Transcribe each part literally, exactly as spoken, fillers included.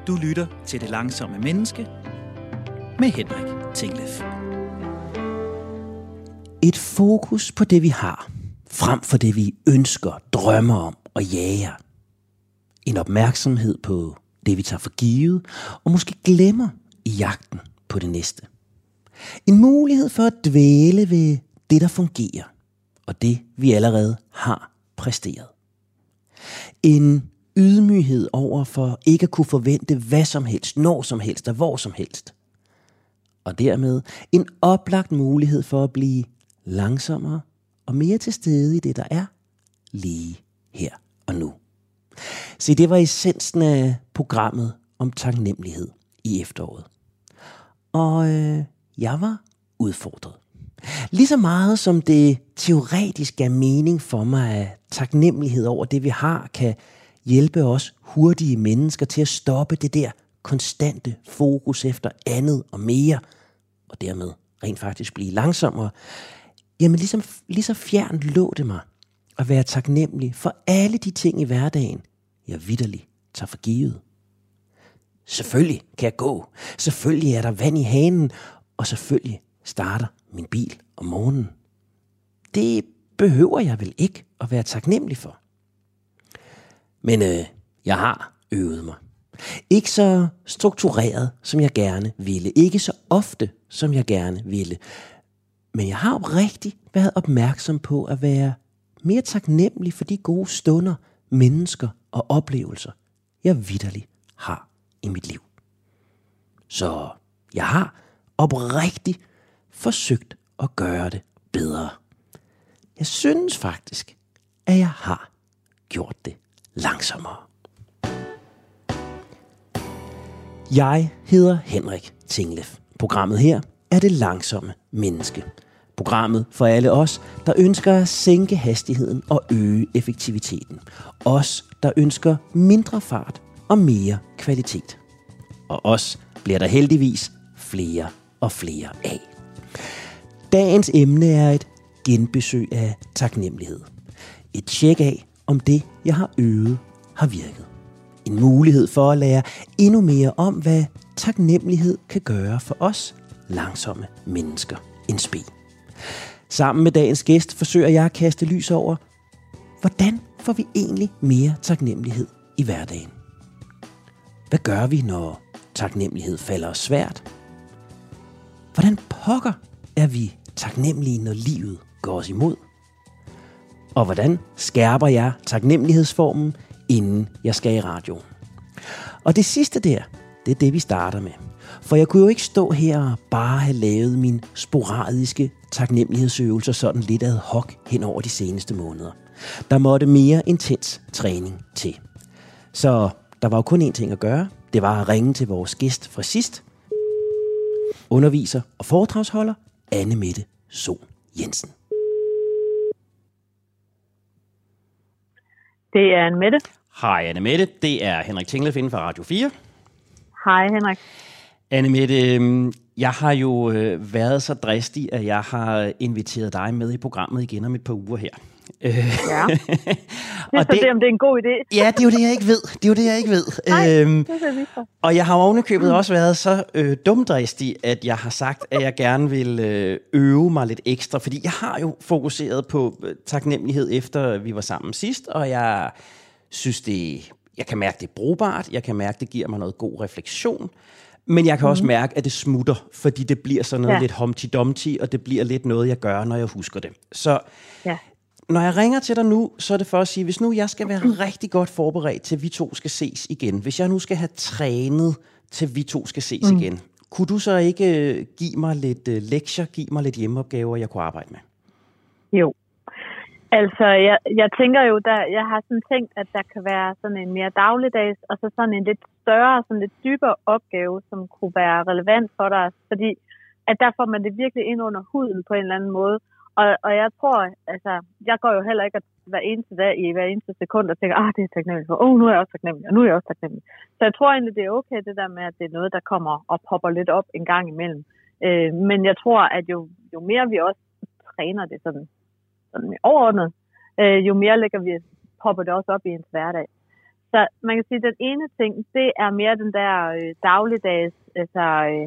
Du lytter til Det Langsomme Menneske med Henrik Tinglef. Et fokus på det, vi har, frem for det, vi ønsker, drømmer om og jager. En opmærksomhed på det, vi tager for givet, og måske glemmer i jagten på det næste. En mulighed for at dvæle ved det, der fungerer, og det, vi allerede har præsteret. En ydmyghed over for ikke at kunne forvente hvad som helst, når som helst og hvor som helst. Og dermed en oplagt mulighed for at blive langsommere og mere til stede i det, der er lige her og nu. Se, det var essensen af programmet om taknemmelighed i efteråret. Og øh, jeg var udfordret. Lige så meget som det teoretisk er mening for mig, at taknemmelighed over det, vi har, kan hjælpe os hurtige mennesker til at stoppe det der konstante fokus efter andet og mere, og dermed rent faktisk blive langsommere. Jamen ligesom, lige så fjern lå det mig at være taknemmelig for alle de ting i hverdagen, jeg vitterligt tager for givet. Selvfølgelig kan jeg gå, selvfølgelig er der vand i hanen, og selvfølgelig starter min bil om morgenen. Det behøver jeg vel ikke at være taknemmelig for. Men øh, jeg har øvet mig. Ikke så struktureret, som jeg gerne ville. Ikke så ofte, som jeg gerne ville. Men jeg har oprigtigt været opmærksom på at være mere taknemmelig for de gode stunder, mennesker og oplevelser, jeg vitterligt har i mit liv. Så jeg har oprigtigt forsøgt at gøre det bedre. Jeg synes faktisk, at jeg har gjort det langsommere. Jeg hedder Henrik Tinglef. Programmet her er Det Langsomme Menneske. Programmet for alle os, der ønsker at sænke hastigheden og øge effektiviteten. Os, der ønsker mindre fart og mere kvalitet. Og os bliver der heldigvis flere og flere af. Dagens emne er et genbesøg af taknemmelighed. Et tjek af, om det, jeg har øvet, har virket. En mulighed for at lære endnu mere om, hvad taknemmelighed kan gøre for os langsomme mennesker in spe. Sammen med dagens gæst forsøger jeg at kaste lys over, hvordan får vi egentlig mere taknemmelighed i hverdagen? Hvad gør vi, når taknemmelighed falder os svært? Hvordan pokker er vi taknemmelige, når livet går os imod? Og hvordan skærper jeg taknemmelighedsformen, inden jeg skal i radioen? Og det sidste der, det er det, vi starter med. For jeg kunne jo ikke stå her og bare have lavet mine sporadiske taknemmelighedsøvelser sådan lidt ad hoc hen over de seneste måneder. Der måtte mere intens træning til. Så der var jo kun én ting at gøre. Det var at ringe til vores gæst fra sidst. Underviser og foredragsholder Anne-Mette Sohn Jensen. Det er Anne-Mette. Hej Anne-Mette, det er Henrik Tinglef inden for Radio fire. Hej Henrik. Anne-Mette, jeg har jo været så dristig, at jeg har inviteret dig med i programmet igen om et par uger her. Ja, det er så det, det, om det er en god idé. Ja, det er jo det, jeg ikke ved. Det er jo det, jeg ikke ved. Nej, øhm, det er det for. Og jeg har ovenikøbet mm. også været så øh, dumdristig, at jeg har sagt, at jeg gerne vil øh, øve mig lidt ekstra. Fordi jeg har jo fokuseret på øh, taknemmelighed efter vi var sammen sidst, og jeg synes, det, jeg kan mærke, det er brugbart. Jeg kan mærke, det giver mig noget god refleksion. Men jeg kan mm. også mærke, at det smutter, fordi det bliver sådan noget ja. lidt humpty-dumpty, og det bliver lidt noget, jeg gør, når jeg husker det. Så ja. Når jeg ringer til dig nu, så er det for at sige, hvis nu jeg skal være rigtig godt forberedt til, vi to skal ses igen, hvis jeg nu skal have trænet til, vi to skal ses mm. igen, kunne du så ikke give mig lidt uh, lektier, give mig lidt hjemmeopgaver, jeg kunne arbejde med? Jo. Altså, jeg, jeg tænker jo, der, jeg har sådan tænkt, at der kan være sådan en mere dagligdags, og så sådan en lidt større, sådan lidt dybere opgave, som kunne være relevant for dig, fordi at der får man det virkelig ind under huden på en eller anden måde. Og, og jeg tror, altså, jeg går jo heller ikke at hver eneste dag i hver eneste sekund og tænker, ah, det er taknemmelig for, åh, oh, nu er jeg også taknemmelig, og nu er jeg også taknemmelig. Så jeg tror egentlig, det er okay, det der med, at det er noget, der kommer og popper lidt op en gang imellem. Øh, men jeg tror, at jo, jo mere vi også træner det sådan, sådan overordnet, øh, jo mere lægger vi, popper det også op i ens hverdag. Så man kan sige, at den ene ting, det er mere den der øh, dagligdags, altså, øh,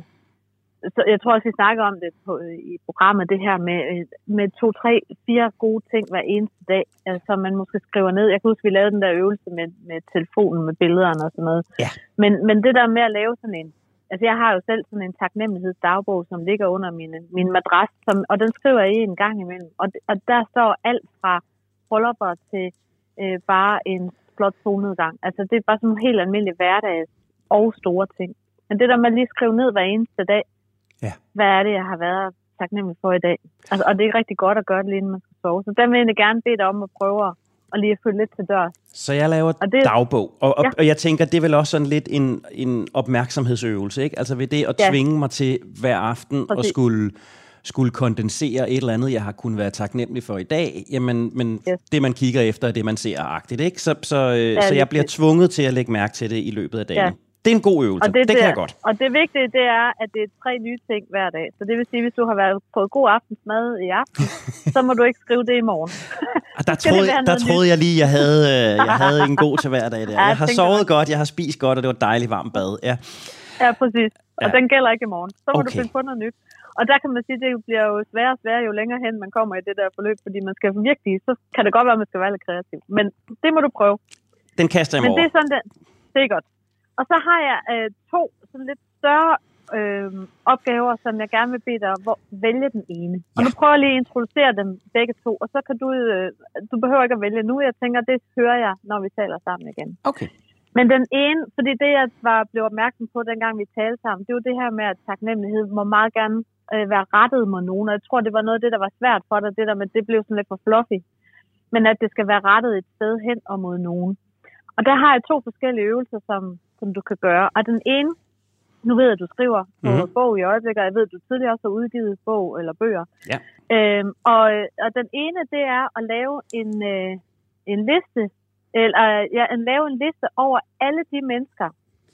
så jeg tror også, vi snakker om det på, øh, i programmet, det her med, øh, med to, tre, fire gode ting hver eneste dag, altså, som man måske skriver ned. Jeg kan huske, vi lavede den der øvelse med, med telefonen, med billederne og sådan noget. Ja. Men, men det der med at lave sådan en, altså jeg har jo selv sådan en taknemmelighedsdagbog, som ligger under min, min madras, som, og den skriver jeg i en gang imellem. Og, og der står alt fra bryllupper til øh, bare en flot solnedgang. Altså det er bare sådan en helt almindelig hverdag og store ting. Men det der med at lige skrive ned hver eneste dag, ja. Hvad er det, jeg har været taknemmelig for i dag? Altså, og det er rigtig godt at gøre det lige inden man skal sove. Så der vil jeg egentlig gerne bede dig om at prøve at lige at følge lidt til dørs. Så jeg laver og det, dagbog, og, og, ja. og jeg tænker, det er vel også sådan lidt en, en opmærksomhedsøvelse, ikke? Altså ved det at tvinge ja. mig til hver aften Præcis. at skulle... skulle kondensere et eller andet, jeg har kunnet være taknemmelig for i dag, jamen, men yes. det, man kigger efter, er det, man ser-agtigt, ikke? Så, så, ja, så jeg bliver tvunget til at lægge mærke til det i løbet af dagen. Ja. Det er en god øvelse, og det, det, det kan jeg godt. Og det vigtige, det er, at det er tre nye ting hver dag. Så det vil sige, hvis du har været på god aftensmad i aften, så må du ikke skrive det i morgen. Og der troede, der troede jeg lige, jeg havde, jeg havde en god til hver dag der. Ja, jeg, jeg har sovet det. godt, jeg har spist godt, og det var dejligt varmt bad. Ja, ja præcis. Og ja. den gælder ikke i morgen. Så må okay. du finde på noget nyt. Og der kan man sige, at det bliver jo sværere og sværere, jo længere hen man kommer i det der forløb, fordi man skal virkelig, så kan det godt være, at man skal være lidt kreativ. Men det må du prøve. Den kaster jeg mig Men over. det er sådan, det, det er godt. Og så har jeg øh, to sådan lidt større øh, opgaver, som jeg gerne vil bede dig om at vælge den ene. Og ja. nu prøver jeg lige at introducere dem begge to, og så kan du, øh, du behøver ikke at vælge nu. Jeg tænker, det hører jeg, når vi taler sammen igen. Okay. Men den ene, fordi det jeg var blevet opmærksom på, dengang vi talte sammen, det er jo det her med, at taknemmelighed må meget gerne øh, være rettet mod nogen. Og jeg tror, det var noget af det, der var svært for dig, det der med, det blev sådan lidt for fluffy. Men at det skal være rettet et sted hen og mod nogen. Og der har jeg to forskellige øvelser, som, som du kan gøre. Og den ene, nu ved jeg, at du skriver på mm-hmm. bog i øjeblikket, og jeg ved, at du tidligere også har udgivet bog eller bøger. Ja. Øhm, og, og den ene, det er at lave en, øh, en liste, eller ja, at lave en liste over alle de mennesker,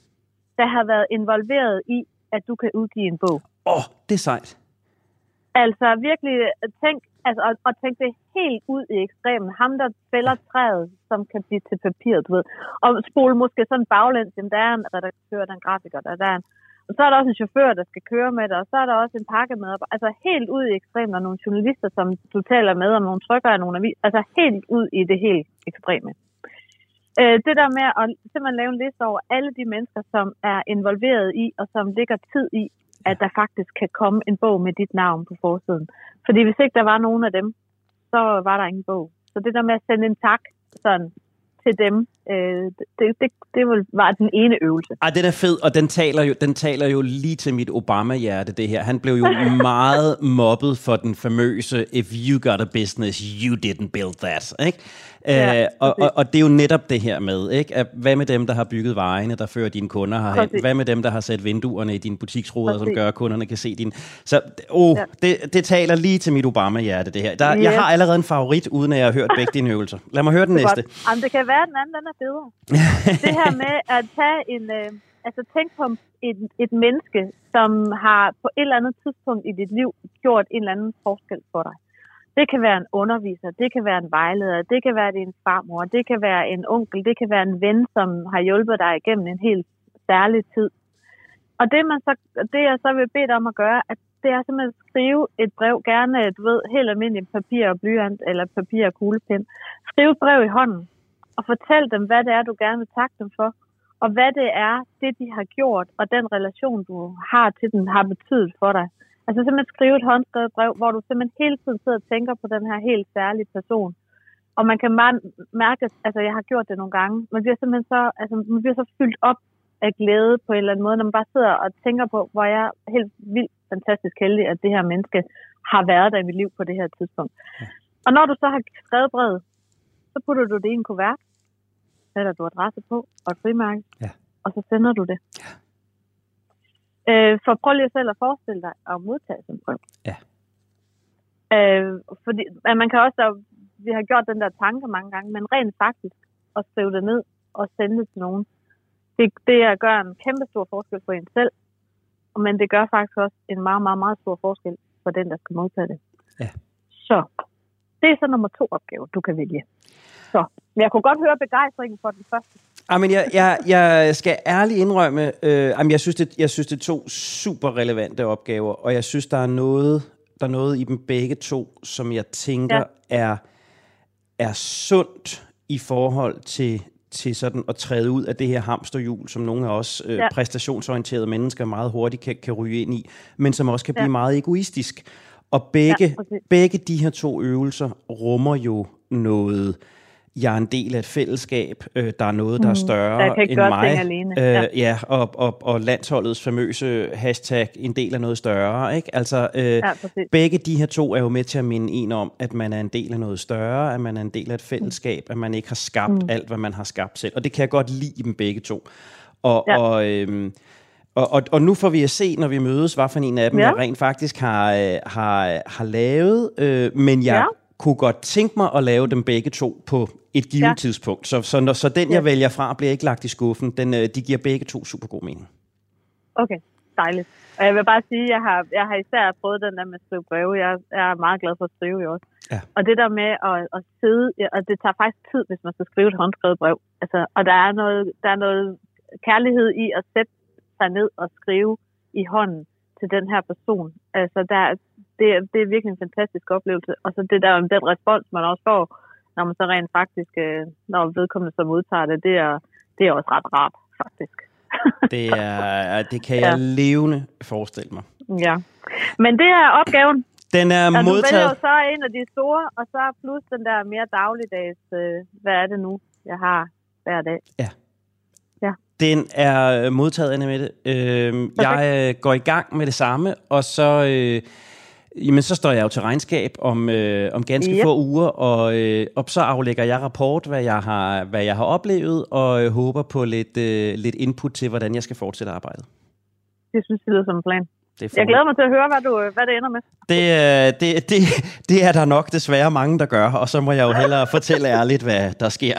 der har været involveret i, at du kan udgive en bog. Åh, oh, det er sejt. Altså virkelig tænk, altså, og, og tænk det helt ud i ekstremen. Ham, der fælder træet, som kan blive til papir, du ved. Og spole måske sådan baglæns, der er en redaktør, der er en grafiker, der, der er en. Og så er der også en chauffør, der skal køre med det, og så er der også en pakke med. Altså helt ud i ekstremen, og nogle journalister, som du taler med, om nogle trykker af nogle avis. Altså helt ud i det helt ekstreme. Øh, det der med at simpelthen lave en liste over alle de mennesker, som er involveret i, og som ligger tid i, at der faktisk kan komme en bog med dit navn på forsiden. Fordi hvis ikke der var nogen af dem, så var der ingen bog. Så det der med at sende en tak sådan, til dem, øh, det, det, det var den ene øvelse. Ej, den er fed, og den taler jo, den taler jo lige til mit Obama-hjerte, det her. Han blev jo meget mobbet for den famøse "If you got a business, you didn't build that", ikke? Ja, øh, og, og, og det er jo netop det her med, ikke? At hvad med dem, der har bygget vejene, der fører dine kunder herhen? Præcis. Hvad med dem, der har sat vinduerne i dine butiksruder, som gør, at kunderne kan se din... Så oh, ja. det, det taler lige til mit Obama-hjerte, det her. Der, yes. Jeg har allerede en favorit, uden at jeg har hørt begge dine øvelser. Lad mig høre den næste. Jamen, det kan være, at den anden den er federe. Det her med at tage en... Øh, altså tænk på et, et menneske, som har på et eller andet tidspunkt i dit liv gjort en eller anden forskel for dig. Det kan være en underviser, det kan være en vejleder, det kan være din farmor, det kan være en onkel, det kan være en ven, som har hjulpet dig igennem en helt særlig tid. Og det, man så, det jeg så vil bede dig om at gøre, at det er simpelthen at skrive et brev, gerne, du ved, helt almindeligt papir og blyant, eller papir og kuglepen. Skriv et brev i hånden, og fortæl dem, hvad det er, du gerne vil takke dem for, og hvad det er, det de har gjort, og den relation, du har til dem, har betydet for dig. Altså simpelthen skrive et håndskrevet brev, hvor du simpelthen hele tiden sidder og tænker på den her helt særlige person. Og man kan bare mærke, altså jeg har gjort det nogle gange, man bliver simpelthen så, altså man bliver så fyldt op af glæde på en eller anden måde, når man bare sidder og tænker på, hvor jeg er helt vildt fantastisk heldig, at det her menneske har været der i mit liv på det her tidspunkt. Ja. Og når du så har skrevet brevet, så putter du det i en kuvert, sætter du adresse på og et frimærke, ja. Og så sender du det. Ja. Øh, for prøv lige selv at forestille dig at modtage sådan en brev. Ja. Øh, fordi at man kan også, vi har gjort den der tanke mange gange, men rent faktisk at skrive det ned og sende det til nogen, det, det gør en kæmpe stor forskel for en selv, men det gør faktisk også en meget, meget, meget stor forskel for den, der skal modtage det. Ja. Så det er så nummer to opgave, du kan vælge. Så, men jeg kunne godt høre begejstringen for den første. Jamen, jeg, jeg, jeg skal ærligt indrømme, øh, jamen, jeg, synes, det, jeg synes, det er to super relevante opgaver, og jeg synes, der er noget, der er noget i dem begge to, som jeg tænker ja. er, er sundt i forhold til, til sådan at træde ud af det her hamsterhjul, som nogle af os øh, ja. præstationsorienterede mennesker meget hurtigt kan, kan ryge ind i, men som også kan blive ja. meget egoistisk. Og begge, ja, begge de her to øvelser rummer jo noget. Jeg er en del af et fællesskab, øh, der er noget, der er større end mig. Øh, ja, ja og, og, og landsholdets famøse hashtag, en del af noget større. Ikke? Altså, øh, ja, begge de her to er jo med til at minde en om, at man er en del af noget større, at man er en del af et fællesskab, mm. at man ikke har skabt mm. alt, hvad man har skabt selv. Og det kan jeg godt lide i dem begge to. Og, ja. og, øh, og, og, og nu får vi at se, når vi mødes, hvad for en af dem, ja. jeg rent faktisk har, har, har lavet. Øh, men jeg... Ja. kunne godt tænke mig at lave dem begge to på et givet ja. tidspunkt. Så, så, når, så den, jeg ja. vælger fra, bliver ikke lagt i skuffen. Den, de giver begge to super god mening. Okay, dejligt. Og jeg vil bare sige, at jeg har, jeg har især prøvet den der med at skrive breve. Jeg, jeg er meget glad for at skrive jo også. Ja. Og det der med at, at sidde, og det tager faktisk tid, hvis man skal skrive et håndskrevet brev. Altså, og der er, noget, der er noget kærlighed i at sætte sig ned og skrive i hånden til den her person. Altså, der Det, det er virkelig en fantastisk oplevelse. Og så det der, den respons, man også får, når man så rent faktisk, når vedkommende så modtager det, det er, det er også ret rart, faktisk. Det, er, det kan jeg ja. levende forestille mig. Ja. Men det er opgaven. Den er og modtaget. Du vælger jo så en af de store, og så plus den der mere dagligdags, øh, hvad er det nu, jeg har hver dag. Ja. Ja. Den er modtaget, Annemette. Øh, jeg går i gang med det samme, og så... Øh, Jamen, så står jeg jo til regnskab om, øh, om ganske yep. få uger, og, øh, og så aflægger jeg rapport, hvad jeg har, hvad jeg har oplevet, og øh, håber på lidt, øh, lidt input til, hvordan jeg skal fortsætte arbejdet. Det synes jeg lyder som en plan. Jeg glæder mig til at høre, hvad, du, hvad det ender med. Det, øh, det, det, det er der nok desværre mange, der gør, og så må jeg jo hellere fortælle ærligt, hvad der sker.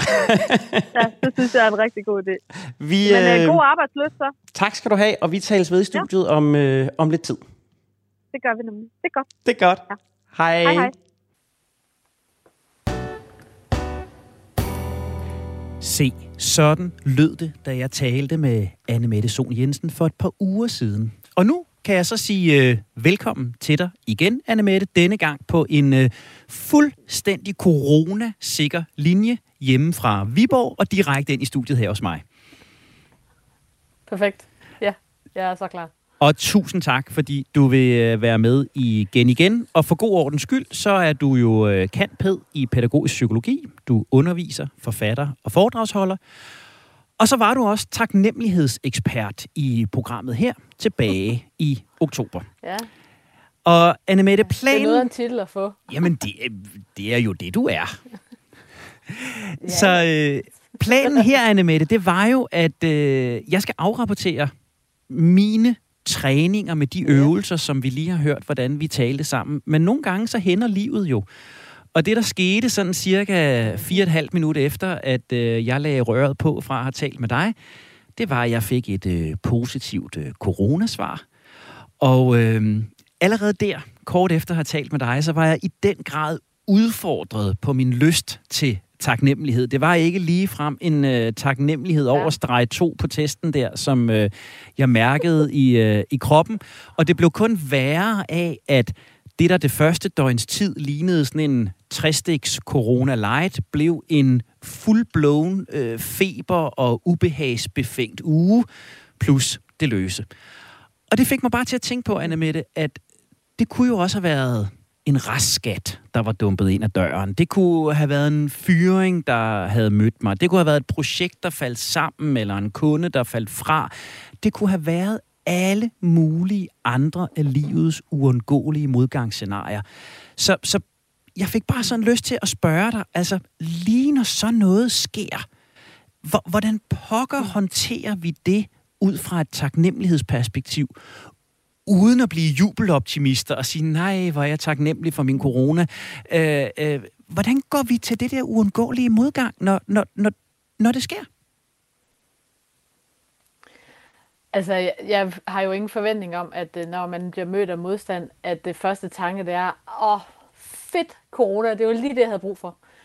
Ja, det synes jeg er en rigtig god idé. Vi, Men øh, god arbejdsløst så. Tak skal du have, og vi tales ved i studiet ja. om, øh, om lidt tid. Det gør vi nemlig. Det er godt. Det er godt. Ja. Hej. Hej, hej. Se, sådan lød det, da jeg talte med Annemette Sohn Jensen for et par uger siden. Og nu kan jeg så sige øh, velkommen til dig igen, Annemette, denne gang på en øh, fuldstændig corona-sikker linje hjemme fra Viborg og direkte ind i studiet her hos mig. Perfekt. Ja, jeg er så klar. Og tusind tak, fordi du vil være med igen igen. Og for god ordens skyld, så er du jo cand.pæd i pædagogisk psykologi. Du underviser, forfatter og foredragsholder. Og så var du også taknemmelighedsekspert i programmet her tilbage i oktober. Ja. Og Annemette, planen... Det er noget af en titel at få. Jamen, det, det er jo det, du er. Ja. Så øh, planen her, Annemette, det var jo, at øh, jeg skal afrapportere mine træninger med de øvelser, som vi lige har hørt, hvordan vi talte sammen. Men nogle gange så hænder livet jo. Og det, der skete sådan cirka fire og et halvt minut efter, at øh, jeg lagde røret på fra at have talt med dig, det var, at jeg fik et øh, positivt øh, coronasvar. Og øh, allerede der, kort efter at have talt med dig, så var jeg i den grad udfordret på min lyst til taknemmelighed. Det var ikke ligefrem en øh, taknemmelighed over streg to på testen der, som øh, jeg mærkede i, øh, i kroppen. Og det blev kun værre af, at det, der det første døgns tid lignede sådan en tre-stiks corona light, blev en full-blown øh, feber- og ubehagsbefængt uge, plus det løse. Og det fik mig bare til at tænke på, Annemette, at det kunne jo også have været en restskat, der var dumpet ind ad døren. Det kunne have været en fyring, der havde mødt mig. Det kunne have været et projekt, der faldt sammen, eller en kunde, der faldt fra. Det kunne have været alle mulige andre af livets uundgåelige modgangsscenarier. Så, så jeg fik bare sådan lyst til at spørge dig, altså lige når sådan noget sker, hvordan pokker håndterer vi det ud fra et taknemmelighedsperspektiv, uden at blive jubeloptimister og sige, nej, hvor er jeg taknemmelig for min corona. Øh, øh, hvordan går vi til det der uundgåelige modgang, når, når, når, når det sker? Altså, jeg, jeg har jo ingen forventning om, at når man bliver mødt af modstand, at det første tanke, det er, åh, fedt corona, det var lige det, jeg havde brug for.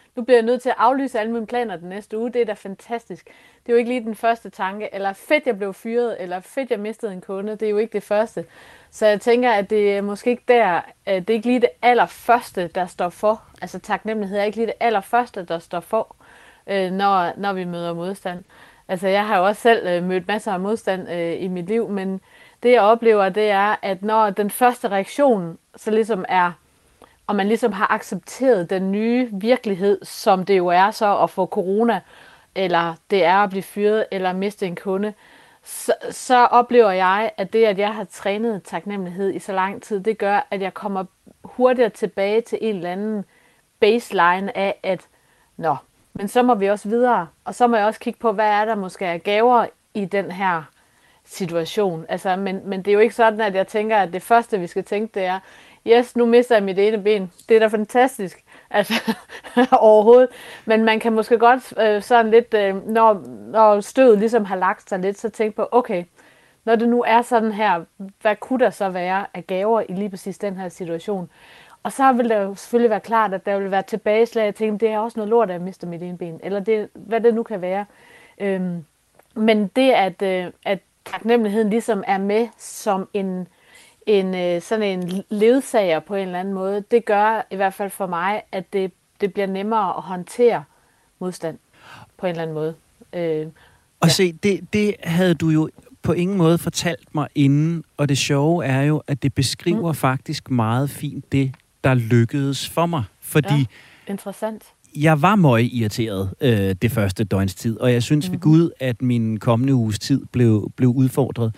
nu bliver jeg nødt til at aflyse alle mine planer den næste uge. Det er da fantastisk. Det er jo ikke lige den første tanke. Eller fedt, jeg blev fyret. Eller fedt, jeg mistede en kunde. Det er jo ikke det første. Så jeg tænker, at det er måske ikke der, det er ikke lige det allerførste, der står for. Altså taknemmelighed er ikke lige det allerførste, der står for, når, når vi møder modstand. Altså jeg har jo også selv mødt masser af modstand i mit liv, men det jeg oplever, det er, at når den første reaktion så ligesom er, og man ligesom har accepteret den nye virkelighed, som det jo er så at få corona, eller det er at blive fyret, eller miste en kunde, så, så oplever jeg, at det, at jeg har trænet taknemmelighed i så lang tid, det gør, at jeg kommer hurtigere tilbage til en eller anden baseline af, at nå, men så må vi også videre, og så må jeg også kigge på, hvad er der måske er gaver i den her situation. Altså, men, men det er jo ikke sådan, at jeg tænker, at det første, vi skal tænke, det er, yes, nu mister jeg mit ene ben. Det er da fantastisk. Altså, overhovedet. Men man kan måske godt øh, sådan lidt, øh, når, når stødet ligesom har lagt sig lidt, så tænke på, okay, når det nu er sådan her, hvad kunne der så være af gaver i lige præcis den her situation? Og så vil det jo selvfølgelig være klart, at der vil være tilbageslag. Jeg tænker, det er også noget lort, at jeg mister mit ene ben. Eller det, hvad det nu kan være. Øhm, men det, at, øh, at taknemmeligheden ligesom er med som en, en, sådan en ledsager på en eller anden måde, det gør i hvert fald for mig, at det, det bliver nemmere at håndtere modstand på en eller anden måde. Øh, og ja. se, det, det havde du jo på ingen måde fortalt mig inden, og det sjove er jo, at det beskriver mm. faktisk meget fint det, der lykkedes for mig. Fordi ja, interessant. Jeg var møg irriteret øh, det første døgns tid, og jeg synes mm-hmm. ved Gud, at min kommende uges tid blev, blev udfordret.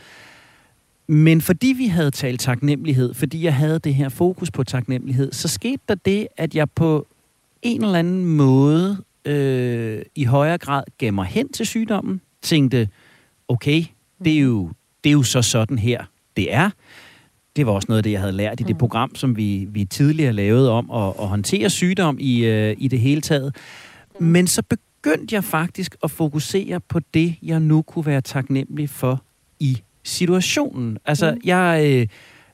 Men fordi vi havde talt taknemmelighed, fordi jeg havde det her fokus på taknemmelighed, så skete der det, at jeg på en eller anden måde øh, i højere grad gav mig hen til sygdommen, tænkte, okay, det er jo, det er jo så sådan her, det er. Det var også noget af det, jeg havde lært i det program, som vi, vi tidligere lavede om at, at håndtere sygdom i, øh, i det hele taget. Men så begyndte jeg faktisk at fokusere på det, jeg nu kunne være taknemmelig for i situationen. Altså, mm. jeg øh,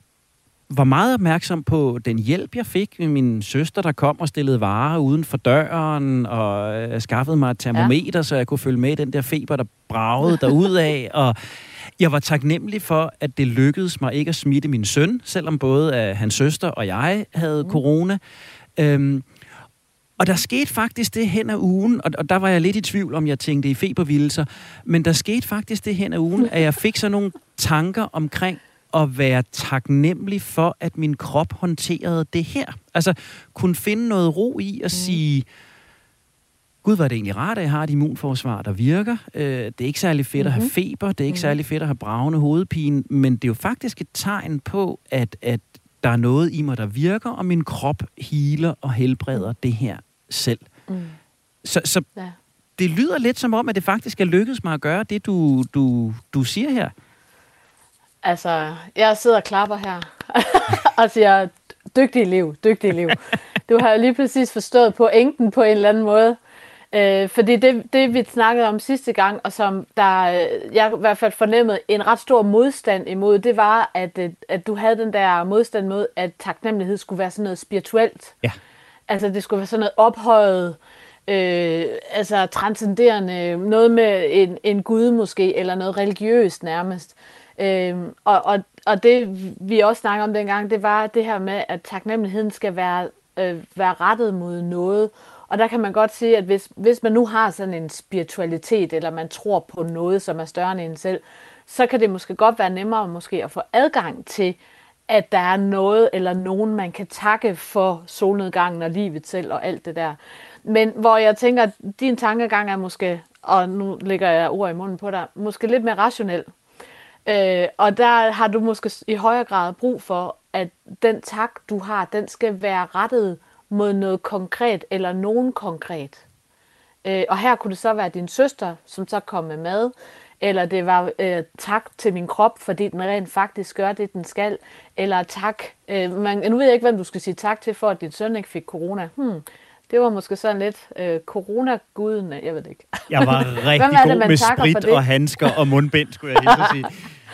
var meget opmærksom på den hjælp, jeg fik med min søster, der kom og stillede varer uden for døren, og øh, skaffede mig et termometer, ja. Så jeg kunne følge med i den der feber, der bragede derudad, og jeg var taknemmelig for, at det lykkedes mig ikke at smitte min søn, selvom både uh, hans søster og jeg havde mm. corona. Øhm, og der skete faktisk det hen ad ugen, og, og der var jeg lidt i tvivl, om jeg tænkte i febervildelser, men der skete faktisk det hen ad ugen, at jeg fik sådan nogle tanker omkring at være taknemmelig for, at min krop håndterede det her. Altså, kunne finde noget ro i at mm. sige, Gud, var det egentlig rart, at jeg har et immunforsvar, der virker. Øh, det er ikke særlig fedt mm-hmm. at have feber, det er ikke mm-hmm. særlig fedt at have bragende hovedpine, men det er jo faktisk et tegn på, at, at der er noget i mig, der virker, og min krop healer og helbreder det her selv. Mm. Så, så ja. Det lyder lidt som om, at det faktisk er lykkedes mig at gøre det, du, du, du siger her. Altså, jeg sidder og klapper her og siger, dygtig liv, dygtig liv. Du har lige præcis forstået pointen på en eller anden måde. Øh, fordi det, det, vi snakkede om sidste gang, og som der, jeg i hvert fald fornemmede en ret stor modstand imod, det var, at, at du havde den der modstand mod, at taknemmelighed skulle være sådan noget spirituelt. Ja. Altså, det skulle være sådan noget ophøjet, øh, altså transcenderende, noget med en, en gud måske, eller noget religiøst nærmest. Øh, og, og, og det, vi også snakkede om dengang, det var det her med, at taknemmeligheden skal være, øh, være rettet mod noget. Og der kan man godt sige, at hvis, hvis man nu har sådan en spiritualitet, eller man tror på noget, som er større end en selv, så kan det måske godt være nemmere måske at få adgang til, at der er noget eller nogen, man kan takke for solnedgangen og livet selv og alt det der. Men hvor jeg tænker, at din tankegang er måske, og nu lægger jeg ord i munden på dig, måske lidt mere rationel. Øh, og der har du måske i højere grad brug for, at den tak, du har, den skal være rettet mod noget konkret, eller nogen konkret. Øh, og her kunne det så være din søster, som så kom med mad, eller det var øh, tak til min krop, fordi den rent faktisk gør det, den skal, eller tak, øh, man, nu ved jeg ikke, hvem du skal sige tak til, for at din søn ikke fik corona. Hmm, det var måske sådan lidt øh, corona-guden, jeg ved det ikke. Jeg var rigtig god det, med sprit og handsker og mundbind, skulle jeg lige sige.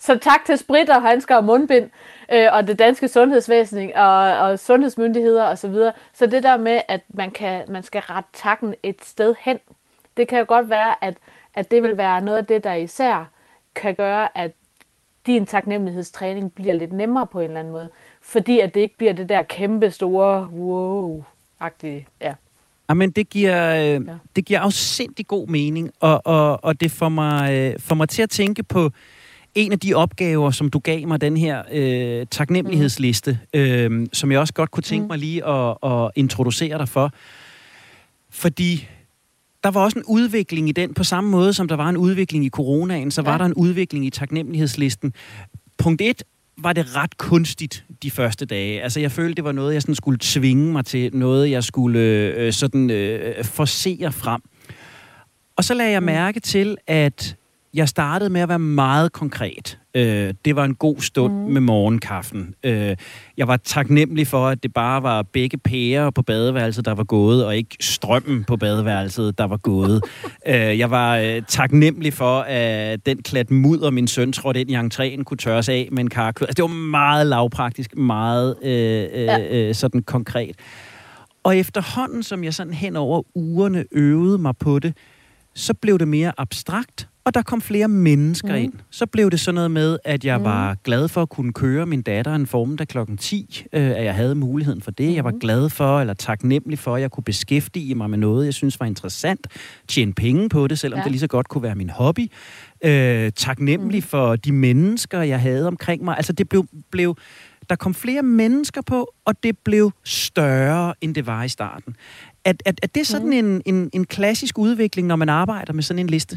så tak til sprit og handsker og mundbind, øh, og det danske sundhedsvæsen og, og sundhedsmyndigheder osv. Så, videre. Så det der med, at man, kan, man skal rette takken et sted hen, det kan jo godt være, at, at det vil være noget af det, der især kan gøre, at din taknemmelighedstræning bliver lidt nemmere på en eller anden måde. Fordi at det ikke bliver det der kæmpe store, wow-agtige, ja. Jamen, det giver, ja. det giver afsindig god mening, og, og, og det får mig, får mig til at tænke på en af de opgaver, som du gav mig, den her øh, taknemmelighedsliste, øh, som jeg også godt kunne tænke mm. mig lige at, at introducere dig for. Fordi der var også en udvikling i den, på samme måde som der var en udvikling i coronaen, så ja. var der en udvikling i taknemmelighedslisten. Punkt et, var det ret kunstigt de første dage. Altså, jeg følte, det var noget, jeg sådan skulle tvinge mig til, noget, jeg skulle øh, sådan øh, forsere frem. Og så lagde jeg mærke til, at jeg startede med at være meget konkret. Øh, det var en god stund mm. med morgenkaffen. Øh, jeg var taknemmelig for, at det bare var begge pærer på badeværelset, der var gået, og ikke strømmen på badeværelset, der var gået. øh, jeg var øh, taknemmelig for, at den klat mudder, min søn trådte ind i entréen, kunne tørres af med en karklud. Altså, det var meget lavpraktisk, meget øh, øh, øh, sådan konkret. Og efterhånden, som jeg sådan hen over ugerne øvede mig på det, så blev det mere abstrakt, og der kom flere mennesker mm. ind. Så blev det sådan noget med, at jeg mm. var glad for at kunne køre min datter en formiddag klokken ti, øh, at jeg havde muligheden for det. Mm. Jeg var glad for, eller taknemmelig for, at jeg kunne beskæftige mig med noget, jeg synes var interessant. Tjene penge på det, selvom ja. det lige så godt kunne være min hobby. Øh, taknemmelig mm. for de mennesker, jeg havde omkring mig. Altså, det blev... blev der kom flere mennesker på, og det blev større, end det var i starten. Er, er, er det sådan mm. en, en, en klassisk udvikling, når man arbejder med sådan en liste?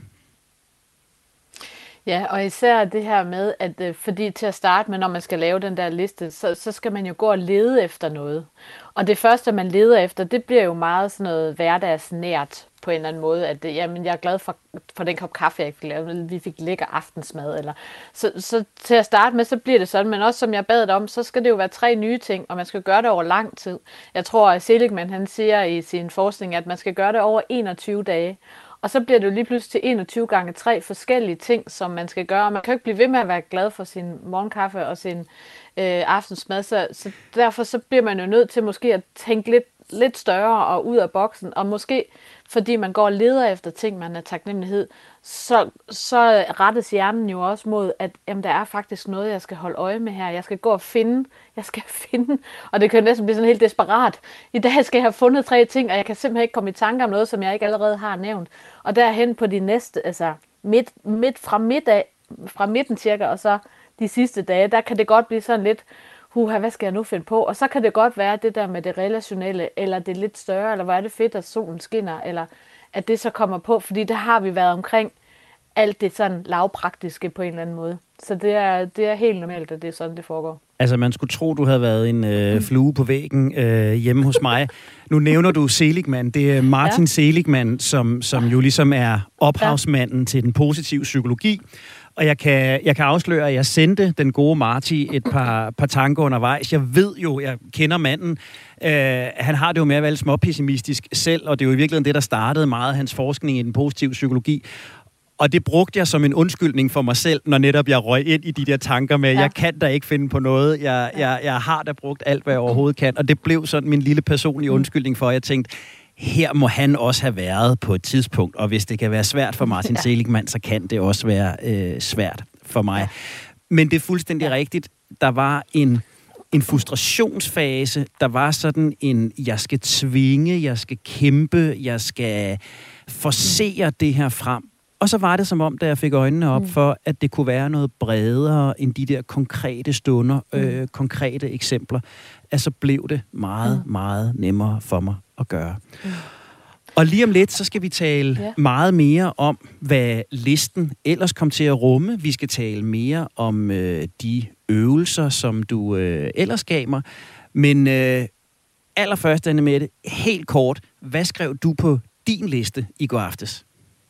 Ja, og især det her med, at øh, fordi til at starte med, når man skal lave den der liste, så, så skal man jo gå og lede efter noget. Og det første, man leder efter, det bliver jo meget sådan noget hverdagsnært på en eller anden måde, at jamen, jeg er glad for, for den kop kaffe, jeg fik lavet, vi fik lækker aftensmad. Eller. Så, så til at starte med, så bliver det sådan, men også som jeg bad dig om, så skal det jo være tre nye ting, og man skal gøre det over lang tid. Jeg tror, at Seligman, han siger i sin forskning, at man skal gøre det over enogtyve dage. Og så bliver det jo lige pludselig til enogtyve gange tre forskellige ting, som man skal gøre. Og man kan jo ikke blive ved med at være glad for sin morgenkaffe og sin øh, aftensmad. Så, så derfor så bliver man jo nødt til måske at tænke lidt, lidt større og ud af boksen. Og måske fordi man går og leder efter ting, man er taknemmelighed, så, så rettes hjernen jo også mod, at jamen, der er faktisk noget, jeg skal holde øje med her. Jeg skal gå og finde. Jeg skal finde. Og det kan jo næsten blive sådan helt desperat. I dag skal jeg have fundet tre ting, og jeg kan simpelthen ikke komme i tanke om noget, som jeg ikke allerede har nævnt. Og derhen på de næste, altså midt, midt fra middag, fra midten cirka, og så de sidste dage, der kan det godt blive sådan lidt, huha, hvad skal jeg nu finde på? Og så kan det godt være det der med det relationelle, eller det lidt større, eller hvor er det fedt, at solen skinner, eller at det så kommer på, fordi der har vi været omkring alt det sådan lavpraktiske på en eller anden måde. Så det er, det er helt normalt, at det er sådan, det foregår. Altså, man skulle tro, du havde været en øh, flue på væggen øh, hjemme hos mig. Nu nævner du Seligman. Det er Martin ja. Seligman, som, som jo ligesom er ophavsmanden ja. til den positive psykologi. Og jeg kan, jeg kan afsløre, at jeg sendte den gode Marti et par, par tanker undervejs. Jeg ved jo, jeg kender manden. Øh, han har det jo med at være lidt småpessimistisk selv, og det er jo i virkeligheden det, der startede meget af hans forskning i den positive psykologi. Og det brugte jeg som en undskyldning for mig selv, når netop jeg røg ind i de der tanker med, ja. jeg kan da ikke finde på noget. Jeg, jeg, jeg har da brugt alt, hvad jeg overhovedet kan. Og det blev sådan min lille personlige undskyldning for, at jeg tænkte, her må han også have været på et tidspunkt. Og hvis det kan være svært for Martin ja. Seligman, så kan det også være øh, svært for mig. Ja. Men det er fuldstændig ja. rigtigt. Der var en, en frustrationsfase. Der var sådan en, jeg skal tvinge, jeg skal kæmpe, jeg skal forsere mm. det her frem. Og så var det som om, da jeg fik øjnene op for, at det kunne være noget bredere end de der konkrete stunder, øh, konkrete eksempler, at så blev det meget, meget nemmere for mig at gøre. Mm. Og lige om lidt, så skal vi tale ja. meget mere om, hvad listen ellers kom til at rumme. Vi skal tale mere om øh, de øvelser, som du øh, ellers gav mig. Men øh, allerførst, Annemette, helt kort, hvad skrev du på din liste i går aftes?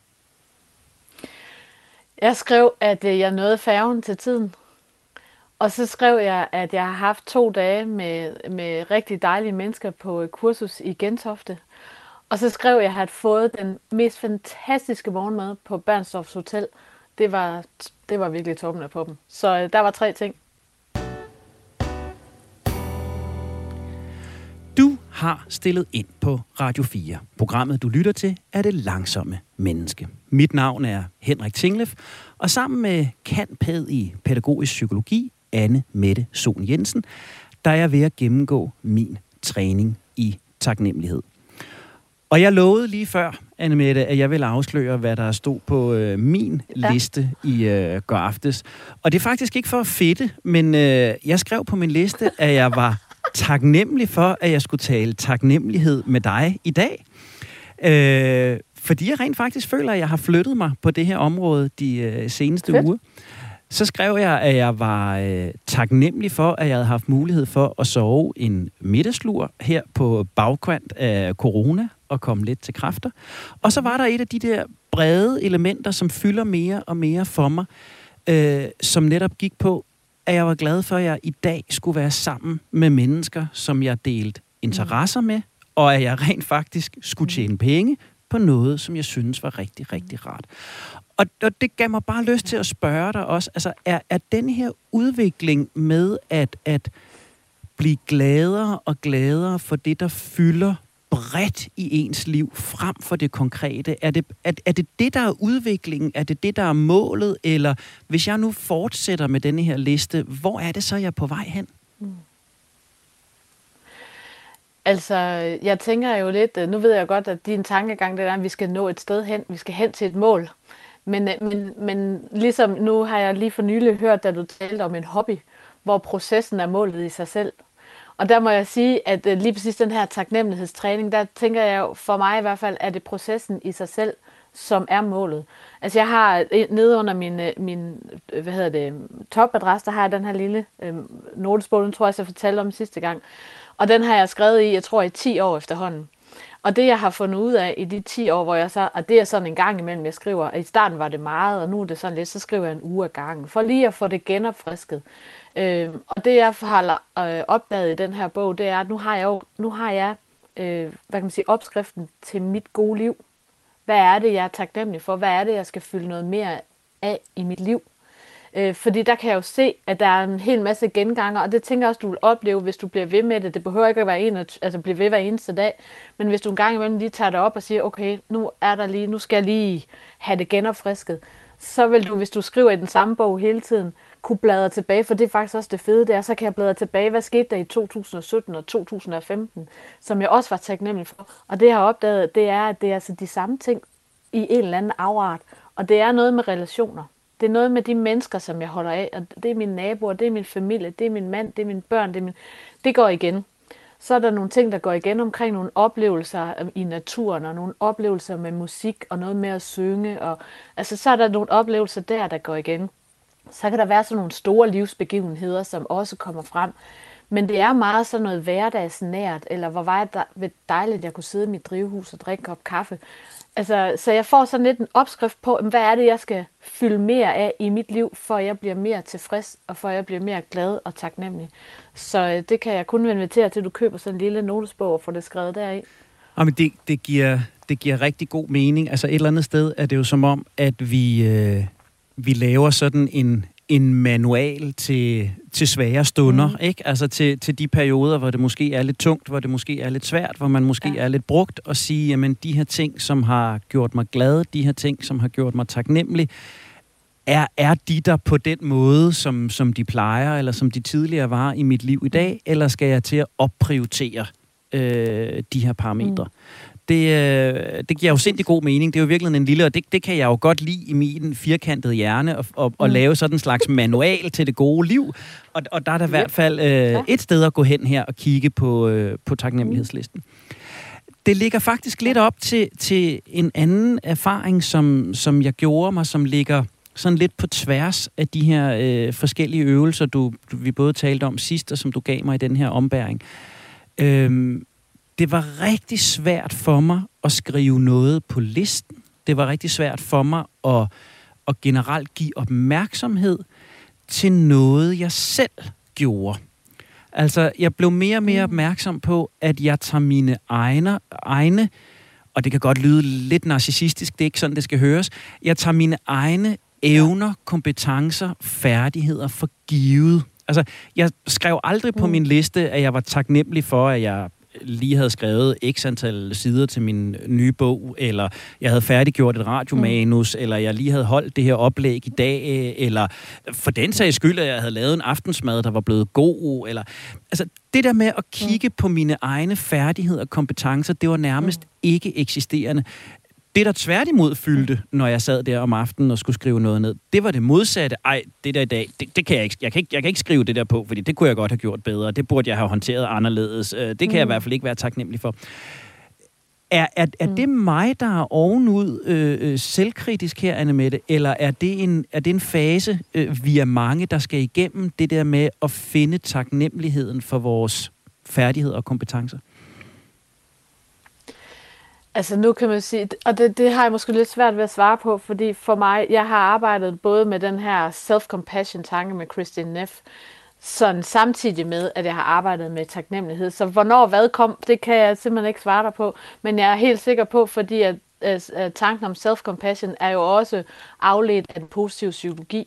Jeg skrev, at jeg nåede færgen til tiden. Og så skrev jeg, at jeg har haft to dage med, med rigtig dejlige mennesker på kursus i Gentofte. Og så skrev jeg, at jeg havde fået den mest fantastiske morgenmad på Bernstorffs Hotel det var, det var virkelig toppen af poppen. Så øh, der var tre ting. Du har stillet ind på Radio fire. Programmet, du lytter til, er Det Langsomme Menneske. Mit navn er Henrik Tinglef, og sammen med cand.pæd i pædagogisk psykologi, Anne Mette Sohn Jensen, der er jeg ved at gennemgå min træning i taknemmelighed. Og jeg lovede lige før, Anne Mette, at jeg vil afsløre, hvad der stod på øh, min ja. liste i øh, går aftes. Og det er faktisk ikke for at fedte, men øh, jeg skrev på min liste, at jeg var taknemmelig for, at jeg skulle tale taknemmelighed med dig i dag. Øh, fordi jeg rent faktisk føler, at jeg har flyttet mig på det her område de øh, seneste Fedt. uger. Så skrev jeg, at jeg var øh, taknemmelig for, at jeg havde haft mulighed for at sove en middagslur her på bagkant af corona og komme lidt til kræfter. Og så var der et af de der brede elementer, som fylder mere og mere for mig, øh, som netop gik på, at jeg var glad for, at jeg i dag skulle være sammen med mennesker, som jeg delte interesser med, og at jeg rent faktisk skulle tjene penge på noget, som jeg synes var rigtig, rigtig rart. Og, og det gav mig bare lyst til at spørge dig også, altså er, er den her udvikling med at, at blive gladere og gladere for det, der fylder bredt i ens liv frem for det konkrete, er det, er, er det det, der er udviklingen? Er det det, der er målet? Eller hvis jeg nu fortsætter med denne her liste, hvor er det så, jeg er på vej hen? Mm. Altså, jeg tænker jo lidt, nu ved jeg godt, at din tankegang det er, at vi skal nå et sted hen, vi skal hen til et mål. Men, men, men ligesom nu har jeg lige for nylig hørt, da du talte om en hobby, hvor processen er målet i sig selv. Og der må jeg sige, at lige præcis den her taknemmelighedstræning, der tænker jeg jo, for mig i hvert fald, er det processen i sig selv, som er målet. Altså jeg har nede under min, min hvad hedder det, topadresse, der har jeg den her lille øh, notesbog, den tror jeg, jeg fortalte om sidste gang. Og den har jeg skrevet i, jeg tror i ti år efterhånden. Og det jeg har fundet ud af i de ti år, hvor jeg så, og det er sådan en gang imellem, jeg skriver, at i starten var det meget, og nu er det sådan lidt, så skriver jeg en uge ad gangen, for lige at få det genopfrisket. Øh, og det jeg har øh, opdaget i den her bog, det er, at nu har jeg jo, nu har jeg, øh, hvad kan man sige, opskriften til mit gode liv. Hvad er det, jeg er taknemmelig for? Hvad er det, jeg skal fylde noget mere af i mit liv? Øh, fordi der kan jeg jo se, at der er en hel masse genganger, og det tænker jeg også, du vil opleve, hvis du bliver ved med det. Det behøver ikke at være en, altså blive ved hver eneste dag, men hvis du en gang imellem lige tager det op og siger, okay, nu er der lige, nu skal jeg lige have det genopfrisket, så vil du, hvis du skriver i den samme bog hele tiden, kunne bladre tilbage, for det er faktisk også det fede der, så kan jeg bladre tilbage, hvad skete der i to tusind og sytten og to tusind og femten, som jeg også var taknemmelig for. Og det jeg har opdaget, det er, at det er altså de samme ting i en eller anden afart, og det er noget med relationer. Det er noget med de mennesker, som jeg holder af, og det er mine naboer, det er min familie, det er min mand, det er mine børn, det er min... Det går igen. Så er der nogle ting, der går igen omkring nogle oplevelser i naturen, og nogle oplevelser med musik, og noget med at synge, og altså så er der nogle oplevelser der, der går igen. Så kan der være sådan nogle store livsbegivenheder, som også kommer frem. Men det er meget sådan noget hverdagsnært, eller hvor var det dejligt, at jeg kunne sidde i mit drivhus og drikke en kop kaffe. Altså, så jeg får sådan lidt en opskrift på, hvad er det, jeg skal fylde mere af i mit liv, for at jeg bliver mere tilfreds, og for at jeg bliver mere glad og taknemmelig. Så det kan jeg kun invitere til, at du køber sådan en lille notesbog og får det skrevet deri. Jamen, det, det, giver, det giver rigtig god mening. Altså et eller andet sted er det jo som om, at vi, øh, vi laver sådan en... en manual til, til svære stunder, mm. ikke? Altså til, til de perioder, hvor det måske er lidt tungt, hvor det måske er lidt svært, hvor man måske ja. er lidt brugt, og sige, jamen de her ting, som har gjort mig glad, de her ting, som har gjort mig taknemmelig, er, er de der på den måde, som, som de plejer, eller som de tidligere var i mit liv i dag, eller skal jeg til at opprioritere øh, de her parametre? Mm. Det, øh, det giver jo sindssygt god mening. Det er jo virkelig en lille, og det, det kan jeg jo godt lide i min firkantede hjerne, og, og, og mm. lave sådan en slags manual til det gode liv. Og, og der er der i hvert fald øh, et sted at gå hen her og kigge på, øh, på taknemmelighedslisten. Det ligger faktisk lidt op til, til en anden erfaring, som, som jeg gjorde mig, som ligger sådan lidt på tværs af de her øh, forskellige øvelser, du, du, vi både talte om sidst, og som du gav mig i den her ombæring. Øhm, Det var rigtig svært for mig at skrive noget på listen. Det var rigtig svært for mig at, at generelt give opmærksomhed til noget, jeg selv gjorde. Altså, jeg blev mere og mere opmærksom på, at jeg tager mine egne, egne, og det kan godt lyde lidt narcissistisk, det er ikke sådan, det skal høres, jeg tager mine egne evner, kompetencer, færdigheder for givet. Altså, jeg skrev aldrig på mm. min liste, at jeg var taknemmelig for, at jeg lige havde skrevet x antal sider til min nye bog, eller jeg havde færdiggjort et radiomanus, mm. eller jeg lige havde holdt det her oplæg i dag, eller for den sags skyld, at jeg havde lavet en aftensmad, der var blevet god, eller... Altså, det der med at kigge mm. på mine egne færdigheder og kompetencer, det var nærmest mm. ikke eksisterende. Det, der tværtimod fyldte, når jeg sad der om aftenen og skulle skrive noget ned, det var det modsatte. Ej, det der i dag, det, det kan jeg ikke. Jeg kan ikke, jeg kan ikke skrive det der på, fordi det kunne jeg godt have gjort bedre. Det burde jeg have håndteret anderledes. Det kan mm. jeg i hvert fald ikke være taknemmelig for. Er, er, er mm. det mig, der er ovenud øh, selvkritisk her, Annemette, eller er det en, er det en fase, øh, vi er mange, der skal igennem det der med at finde taknemmeligheden for vores færdigheder og kompetencer? Altså nu kan man sige, og det, det har jeg måske lidt svært ved at svare på, fordi for mig, jeg har arbejdet både med den her self-compassion-tanke med Kristin Neff, sådan samtidig med, at jeg har arbejdet med taknemmelighed. Så hvornår hvad kom, det kan jeg simpelthen ikke svare dig på, men jeg er helt sikker på, fordi at, at, at tanken om self-compassion er jo også afledt af den positive psykologi.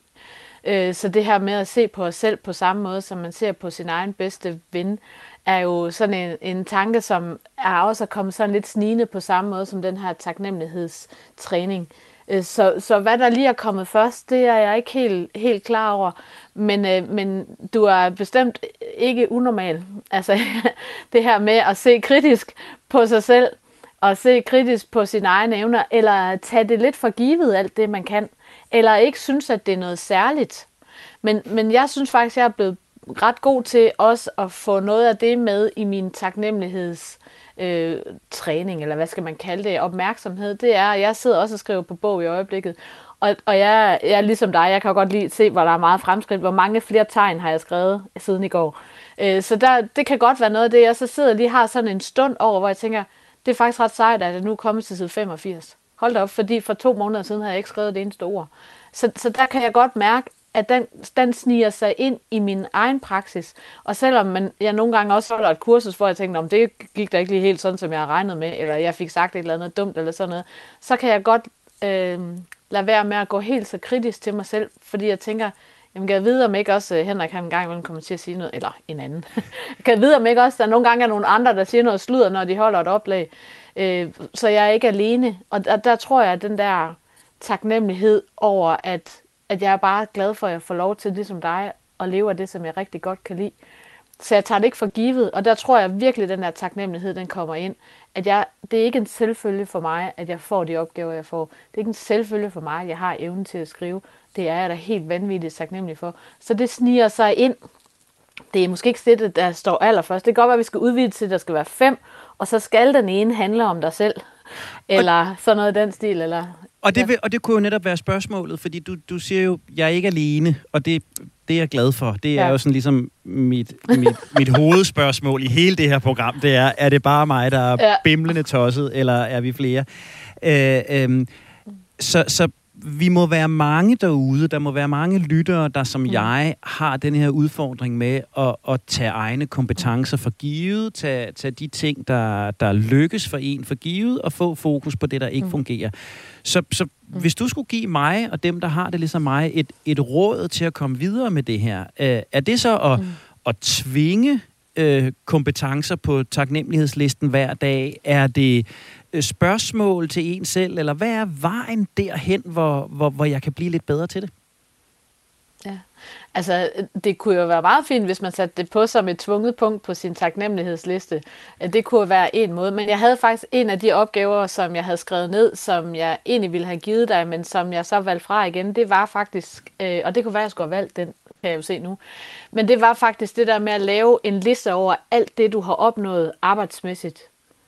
Så det her med at se på os selv på samme måde, som man ser på sin egen bedste ven, er jo sådan en, en tanke, som er også kommet sådan lidt snigende på samme måde som den her taknemmelighedstræning. Så, så hvad der lige er kommet først, det er jeg ikke helt, helt klar over. Men, men du er bestemt ikke unormal. Altså det her med at se kritisk på sig selv, og se kritisk på sine egne evner, eller tage det lidt for givet, alt det man kan, eller ikke synes, at det er noget særligt. Men, men jeg synes faktisk, jeg er blevet ret god til også at få noget af det med i min taknemmeligheds øh, træning, eller hvad skal man kalde det, opmærksomhed. Det er, jeg sidder også og skriver på bog i øjeblikket, og, og jeg, jeg er ligesom dig, jeg kan godt lige se, hvor der er meget fremskridt, hvor mange flere tegn har jeg skrevet siden i går. Øh, så der, det kan godt være noget af det, jeg så sidder lige har sådan en stund over, hvor jeg tænker, det er faktisk ret sejt, at jeg nu er kommet til side femogfirs. Hold da op, fordi for to måneder siden havde jeg ikke skrevet det eneste ord. Så, så der kan jeg godt mærke, at den, den sniger sig ind i min egen praksis. Og selvom man, jeg nogle gange også holder et kursus, hvor jeg tænkte, om det gik da ikke lige helt sådan, som jeg har regnet med, eller jeg fik sagt et eller andet dumt, eller sådan noget, så kan jeg godt øh, lade være med at gå helt så kritisk til mig selv, fordi jeg tænker, jamen kan jeg vide, om ikke også, Henrik han en gang imellem kommer til at sige noget, eller en anden, kan jeg vide, om ikke også, der nogle gange er nogle andre, der siger noget sludder, når de holder et oplag, øh, så jeg er ikke alene. Og der, der tror jeg, at den der taknemmelighed over, at at jeg er bare glad for, at jeg får lov til, ligesom dig, at leve af det, som jeg rigtig godt kan lide. Så jeg tager det ikke for givet, og der tror jeg virkelig, at den der taknemmelighed, den kommer ind. At jeg, det er ikke en selvfølge for mig, at jeg får de opgaver, jeg får. Det er ikke en selvfølge for mig, at jeg har evnen til at skrive. Det er jeg da helt vanvittigt taknemmelig for. Så det sniger sig ind. Det er måske ikke det, der står allerførst. Det kan godt være, at vi skal udvide til, at der skal være fem, og så skal den ene handle om dig selv. Eller sådan noget i den stil, eller... Og det, vil, og det kunne jo netop være spørgsmålet, fordi du, du siger jo, jeg er ikke alene, og det, det er jeg glad for. Det er ja. jo sådan ligesom mit, mit, mit hovedspørgsmål i hele det her program. Det er, er det bare mig, der er ja. bimlende tosset, eller er vi flere? Øh, øh, så, så vi må være mange derude, der må være mange lyttere, der som mm. jeg har den her udfordring med at, at tage egne kompetencer for givet, tage, tage de ting, der, der lykkes for en for givet, og få fokus på det, der ikke mm. fungerer. Så, så mm. hvis du skulle give mig, og dem, der har det ligesom mig, et, et råd til at komme videre med det her, øh, er det så at, mm. at tvinge øh, kompetencer på taknemmelighedslisten hver dag? Er det spørgsmål til en selv, eller hvad er vejen derhen, hvor, hvor, hvor jeg kan blive lidt bedre til det? Ja, altså det kunne jo være meget fint, hvis man satte det på som et tvunget punkt på sin taknemmelighedsliste. Det kunne være en måde, men jeg havde faktisk en af de opgaver, som jeg havde skrevet ned, som jeg egentlig ville have givet dig, men som jeg så valgte fra igen, det var faktisk, øh, og det kunne være, at jeg skulle have valgt den, kan jeg jo se nu, men det var faktisk det der med at lave en liste over alt det, du har opnået arbejdsmæssigt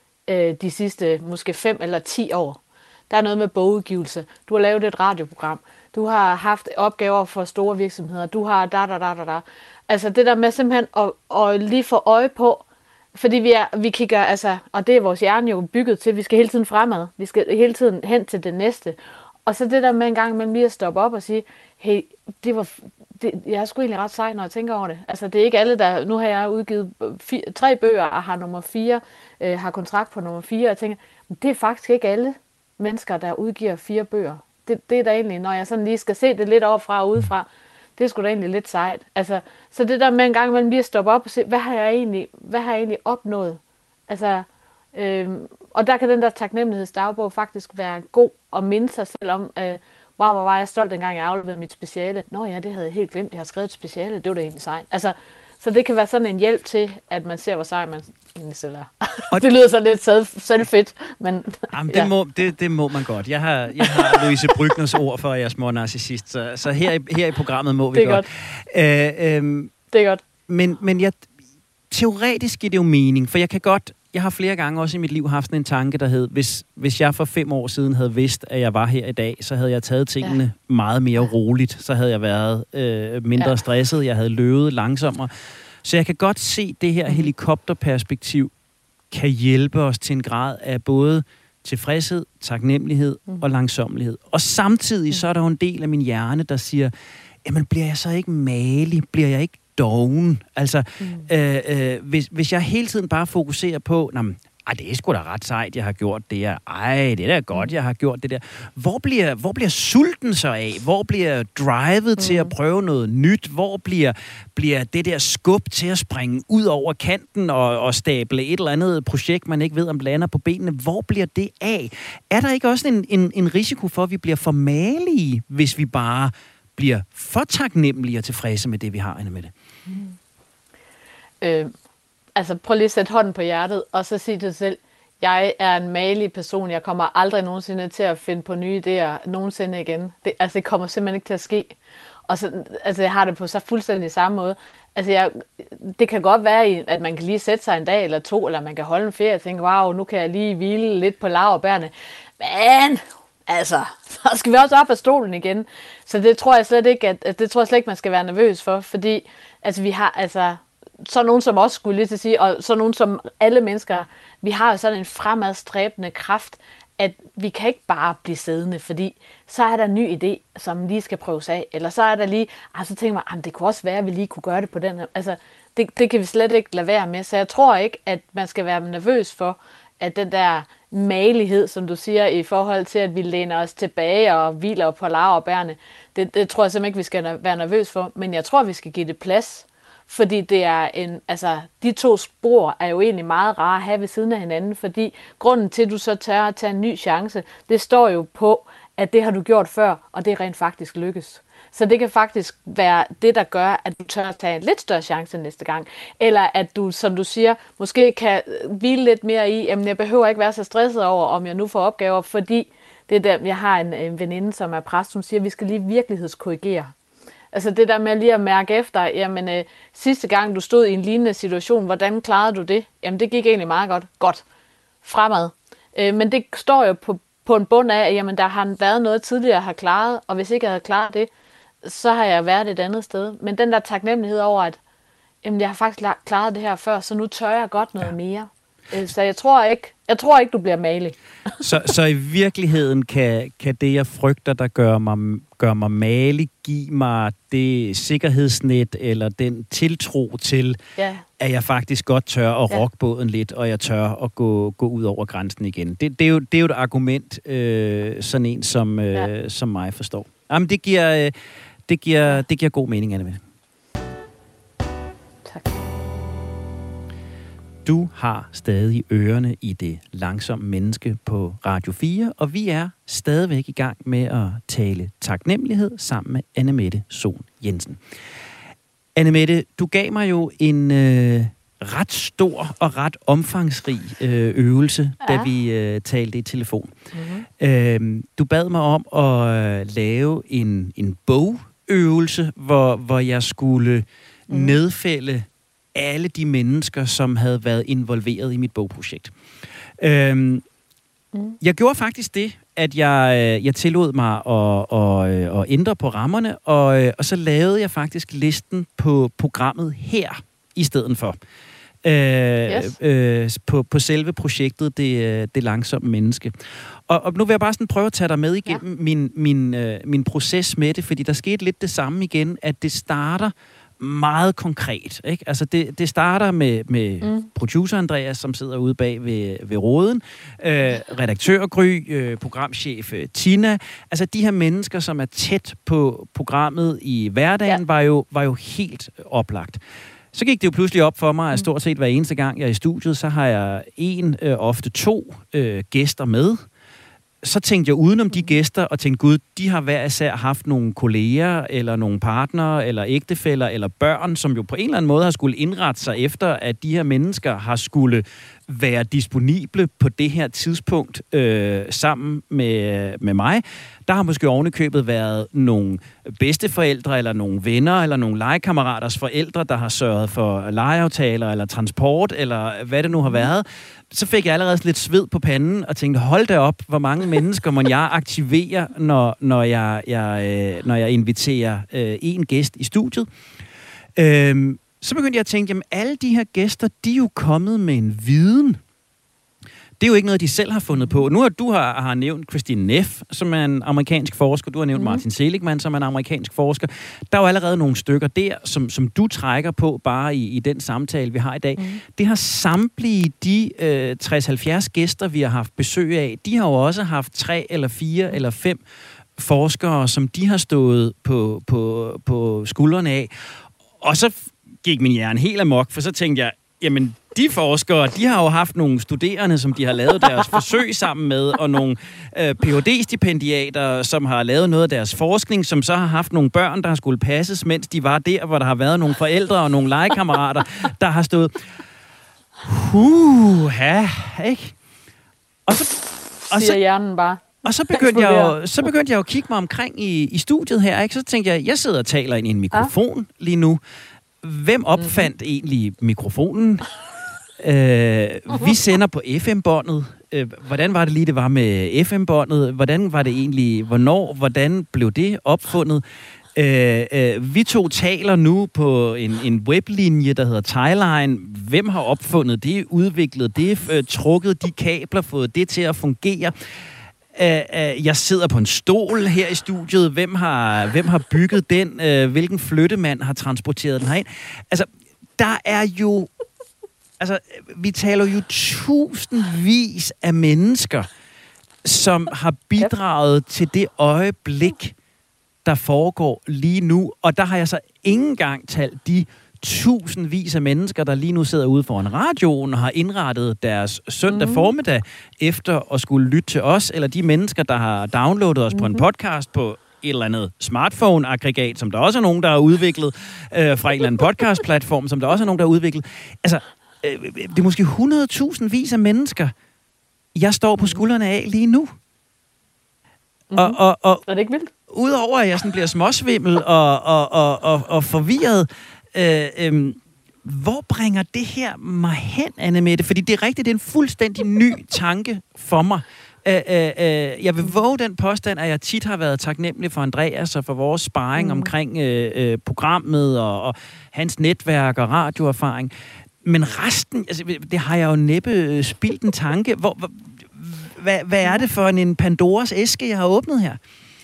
de sidste måske fem eller ti år. Der er noget med bogudgivelse. Du har lavet et radioprogram. Du har haft opgaver for store virksomheder. Du har da, da, da, da, da. Altså det der med simpelthen at, at lige få øje på, fordi vi, er, vi kigger, altså, og det er vores hjerne jo bygget til, vi skal hele tiden fremad. Vi skal hele tiden hen til det næste. Og så det der med en gang mellem lige at stoppe op og sige, hey, det var, det, jeg er sgu egentlig ret sej, når jeg tænker over det. Altså det er ikke alle, der, nu har jeg udgivet fire, tre bøger og har nummer fire, øh, har kontrakt på nummer fire, og jeg tænker, det er faktisk ikke alle mennesker, der udgiver fire bøger det, det er da egentlig, når jeg sådan lige skal se det lidt overfra og udefra, det er sgu da egentlig lidt sejt. Altså, så det der med en gang imellem lige at stoppe op og se, hvad har jeg egentlig, hvad har jeg egentlig opnået? Altså, øhm, og der kan den der taknemmelighedsdagbog faktisk være god at minde sig selv om, øh, wow, hvor var jeg stolt, dengang jeg afleverede mit speciale. Nå ja, det havde jeg helt glemt, jeg har skrevet et speciale, det var da egentlig sejt. Altså, så det kan være sådan en hjælp til, at man ser, hvor sej man egentlig selv er. Og det lyder så lidt selvfedt, men... Jamen, det, ja. må, det, det må man godt. Jeg har, jeg har Louise Brückners ord for, at jeg er små narcissist, så, så her, i, her i programmet må vi det er godt. godt. Øh, øhm, det er godt. Men, men jeg, teoretisk giver det jo mening, for jeg kan godt... Jeg har flere gange også i mit liv haft sådan en tanke, der hed, hvis, hvis jeg for fem år siden havde vidst, at jeg var her i dag, så havde jeg taget tingene ja. meget mere roligt. Så havde jeg været øh, mindre ja. stresset, jeg havde løbet langsommere. Så jeg kan godt se, det her helikopterperspektiv kan hjælpe os til en grad af både tilfredshed, taknemmelighed mm. og langsommelighed. Og samtidig så er der jo en del af min hjerne, der siger, jamen bliver jeg så ikke malig? Bliver jeg ikke doven? Altså, mm. øh, øh, hvis, hvis jeg hele tiden bare fokuserer på, nå, ej, det er sgu da ret sejt, jeg har gjort det her. Ej, det er da godt, jeg har gjort det der. Hvor bliver, hvor bliver sulten så af? Hvor bliver drivet mm. til at prøve noget nyt? Hvor bliver, bliver det der skub til at springe ud over kanten og, og stable et eller andet projekt, man ikke ved, om lander på benene? Hvor bliver det af? Er der ikke også en, en, en risiko for, at vi bliver for malige, hvis vi bare bliver for taknemmelige og tilfredse med det, vi har, Anne Mette? Mm. Øh. Altså, prøv lige at sætte hånden på hjertet, og så sige til dig selv, jeg er en malig person, jeg kommer aldrig nogensinde til at finde på nye idéer, nogensinde igen. Det, altså, det kommer simpelthen ikke til at ske. Og så, altså, jeg har det på så fuldstændig samme måde. Altså, jeg, det kan godt være, at man kan lige sætte sig en dag eller to, eller man kan holde en ferie og tænke, wow, nu kan jeg lige hvile lidt på laurbærrene. Men, altså, så skal vi også op af stolen igen. Så det tror jeg slet ikke, at, det tror jeg slet ikke, man skal være nervøs for, fordi, altså, vi har, altså... Så nogen som også skulle lige til at sige, og så nogen som alle mennesker, vi har jo sådan en fremadstræbende kraft, at vi kan ikke bare blive siddende, fordi så er der en ny idé, som lige skal prøves af, eller så er der lige, ah, så tænker man, det kunne også være, at vi lige kunne gøre det på den her. Altså, det, det kan vi slet ikke lade være med, så jeg tror ikke, at man skal være nervøs for, at den der malighed, som du siger, i forhold til, at vi læner os tilbage og hviler på laurbærrene, det, det tror jeg simpelthen ikke, vi skal være nervøs for, men jeg tror, vi skal give det plads. Fordi det er en, altså, de to spor er jo egentlig meget rare at have ved siden af hinanden, fordi grunden til, at du så tør at tage en ny chance, det står jo på, at det har du gjort før, og det er rent faktisk lykkes. Så det kan faktisk være det, der gør, at du tør at tage en lidt større chance næste gang. Eller at du, som du siger, måske kan hvile lidt mere i, at jeg behøver ikke være så stresset over, om jeg nu får opgaver, fordi det er der, jeg har en, en veninde, som er præst, som siger, at vi skal lige virkelighedskorrigere. Altså det der med lige at mærke efter, jamen øh, sidste gang du stod i en lignende situation, hvordan klarede du det? Jamen det gik egentlig meget godt. Godt. Fremad. Øh, men det står jo på, på en bund af, at jamen, der har været noget tidligere, jeg har klaret, og hvis ikke jeg havde klaret det, så har jeg været et andet sted. Men den der taknemmelighed over, at jamen, jeg har faktisk klaret det her før, så nu tør jeg godt noget ja. mere. Øh, så jeg tror ikke, jeg tror ikke, du bliver malig. så, så i virkeligheden kan, kan det, jeg frygter, der gør mig, gør mig malig, give mig det sikkerhedsnet, eller den tiltro til, ja. at jeg faktisk godt tør at rokke ja. båden lidt, og jeg tør at gå, gå ud over grænsen igen. Det, det, er, jo, det er jo et argument, øh, sådan en som, øh, ja. som mig forstår. Jamen, det giver, øh, det giver, det giver god mening, Anne Mette. Tak. Du har stadig ørerne i Det Langsomme Menneske på Radio fire, og vi er stadigvæk i gang med at tale taknemmelighed sammen med Anne Mette Sohn Jensen. Anne Mette, du gav mig jo en øh, ret stor og ret omfangsrig øh, øvelse, ja. da vi øh, talte i telefon. Mm-hmm. Øh, du bad mig om at øh, lave en, en bogøvelse, hvor, hvor jeg skulle mm. nedfælde alle de mennesker, som havde været involveret i mit bogprojekt. Øhm, mm. Jeg gjorde faktisk det, at jeg, jeg tillod mig at, at, at ændre på rammerne, og, og så lavede jeg faktisk listen på programmet her i stedet for. Øh, yes. øh, på, på selve projektet, det, det langsomme menneske. Og, og nu vil jeg bare sådan prøve at tage dig med igennem ja. min, min, øh, min proces med det, fordi der skete lidt det samme igen, at det starter meget konkret. Ikke? Altså det, det starter med, med mm. producer Andreas, som sidder ude bag ved, ved roden, øh, redaktør Gry, øh, programchef øh, Tina. Altså de her mennesker, som er tæt på programmet i hverdagen, ja. var, jo, var jo helt oplagt. Så gik det jo pludselig op for mig, at stort set hver eneste gang, jeg er i studiet, så har jeg en, øh, ofte to øh, gæster med. Så tænkte jeg udenom de gæster, og tænkte, gud, de har hver især haft nogle kolleger, eller nogle partnere, eller ægtefæller, eller børn, som jo på en eller anden måde har skulle indrette sig efter, at de her mennesker har skulle være disponible på det her tidspunkt øh, sammen med, med mig. Der har måske ovenikøbet været nogle bedsteforældre, eller nogle venner, eller nogle legekammeraters forældre, der har sørget for legeaftaler, eller transport, eller hvad det nu har været. Så fik jeg allerede lidt sved på panden, og tænkte, hold da op, hvor mange mennesker må jeg aktivere, når, når, jeg, jeg, øh, når jeg inviterer øh, en gæst i studiet. Øhm, Så begyndte jeg at tænke, jamen alle de her gæster, de er jo kommet med en viden. Det er jo ikke noget, de selv har fundet på. Nu har du har, har nævnt Christine Neff, som er en amerikansk forsker. Du har nævnt mm. Martin Seligman, som er en amerikansk forsker. Der er jo allerede nogle stykker der, som, som du trækker på bare i, i den samtale, vi har i dag. Mm. Det har samtlige de øh, tres til halvfjerds gæster, vi har haft besøg af, de har jo også haft tre eller fire eller fem forskere, som de har stået på, på, på skuldrene af. Og så gik min hjerne helt amok, for så tænkte jeg, jamen, de forskere, de har jo haft nogle studerende, som de har lavet deres forsøg sammen med, og nogle øh, P H D-stipendiater, som har lavet noget af deres forskning, som så har haft nogle børn, der har skulle passes, mens de var der, hvor der har været nogle forældre og nogle legekammerater, der har stået, huha, ikke? Og så, og så, hjernen bare. Og så begyndte, jeg jo, så begyndte jeg jo at kigge mig omkring i, i studiet her, ikke? Så tænkte jeg, jeg sidder og taler ind i en mikrofon ja. lige nu. Hvem opfandt mm-hmm. egentlig mikrofonen? øh, vi sender på F M-båndet. Øh, hvordan var det lige, det var med F M-båndet? Hvordan var det egentlig? Hvornår? Hvordan blev det opfundet? Øh, øh, vi to taler nu på en, en weblinje, der hedder Timeline. Hvem har opfundet det, udviklet det, øh, trukket de kabler, fået det til at fungere? Jeg sidder på en stol her i studiet. Hvem har, hvem har bygget den? Hvilken flyttemand har transporteret den herind? Altså, der er jo... Altså, vi taler jo tusindvis af mennesker, som har bidraget til det øjeblik, der foregår lige nu. Og der har jeg så ikke engang talt de tusindvis af mennesker, der lige nu sidder ude foran radioen og har indrettet deres søndag formiddag efter at skulle lytte til os, eller de mennesker, der har downloadet os mm-hmm. på en podcast på et eller andet smartphone-aggregat, som der også er nogen, der har udviklet, øh, fra en eller anden podcast-platform, som der også er nogen, der har udviklet. Altså, øh, det er måske hundredtusindvis af mennesker, jeg står på skuldrene af lige nu. Mm-hmm. Og, og, og, er det ikke vildt? Udover at jeg sådan bliver småsvimmel og, og, og, og, og forvirret, Øh, øh, hvor bringer det her mig hen, Anne-Mette? Fordi det er rigtigt, det er en fuldstændig ny tanke for mig. Øh, øh, øh, jeg vil våge den påstand, at jeg tit har været taknemmelig for Andreas og for vores sparring mm. omkring øh, øh, programmet og, og hans netværk og radioerfaring. Men resten, altså, det har jeg jo næppe spildt en tanke. Hvor, hvor, hvad, hvad er det for en, en Pandoras æske, jeg har åbnet her?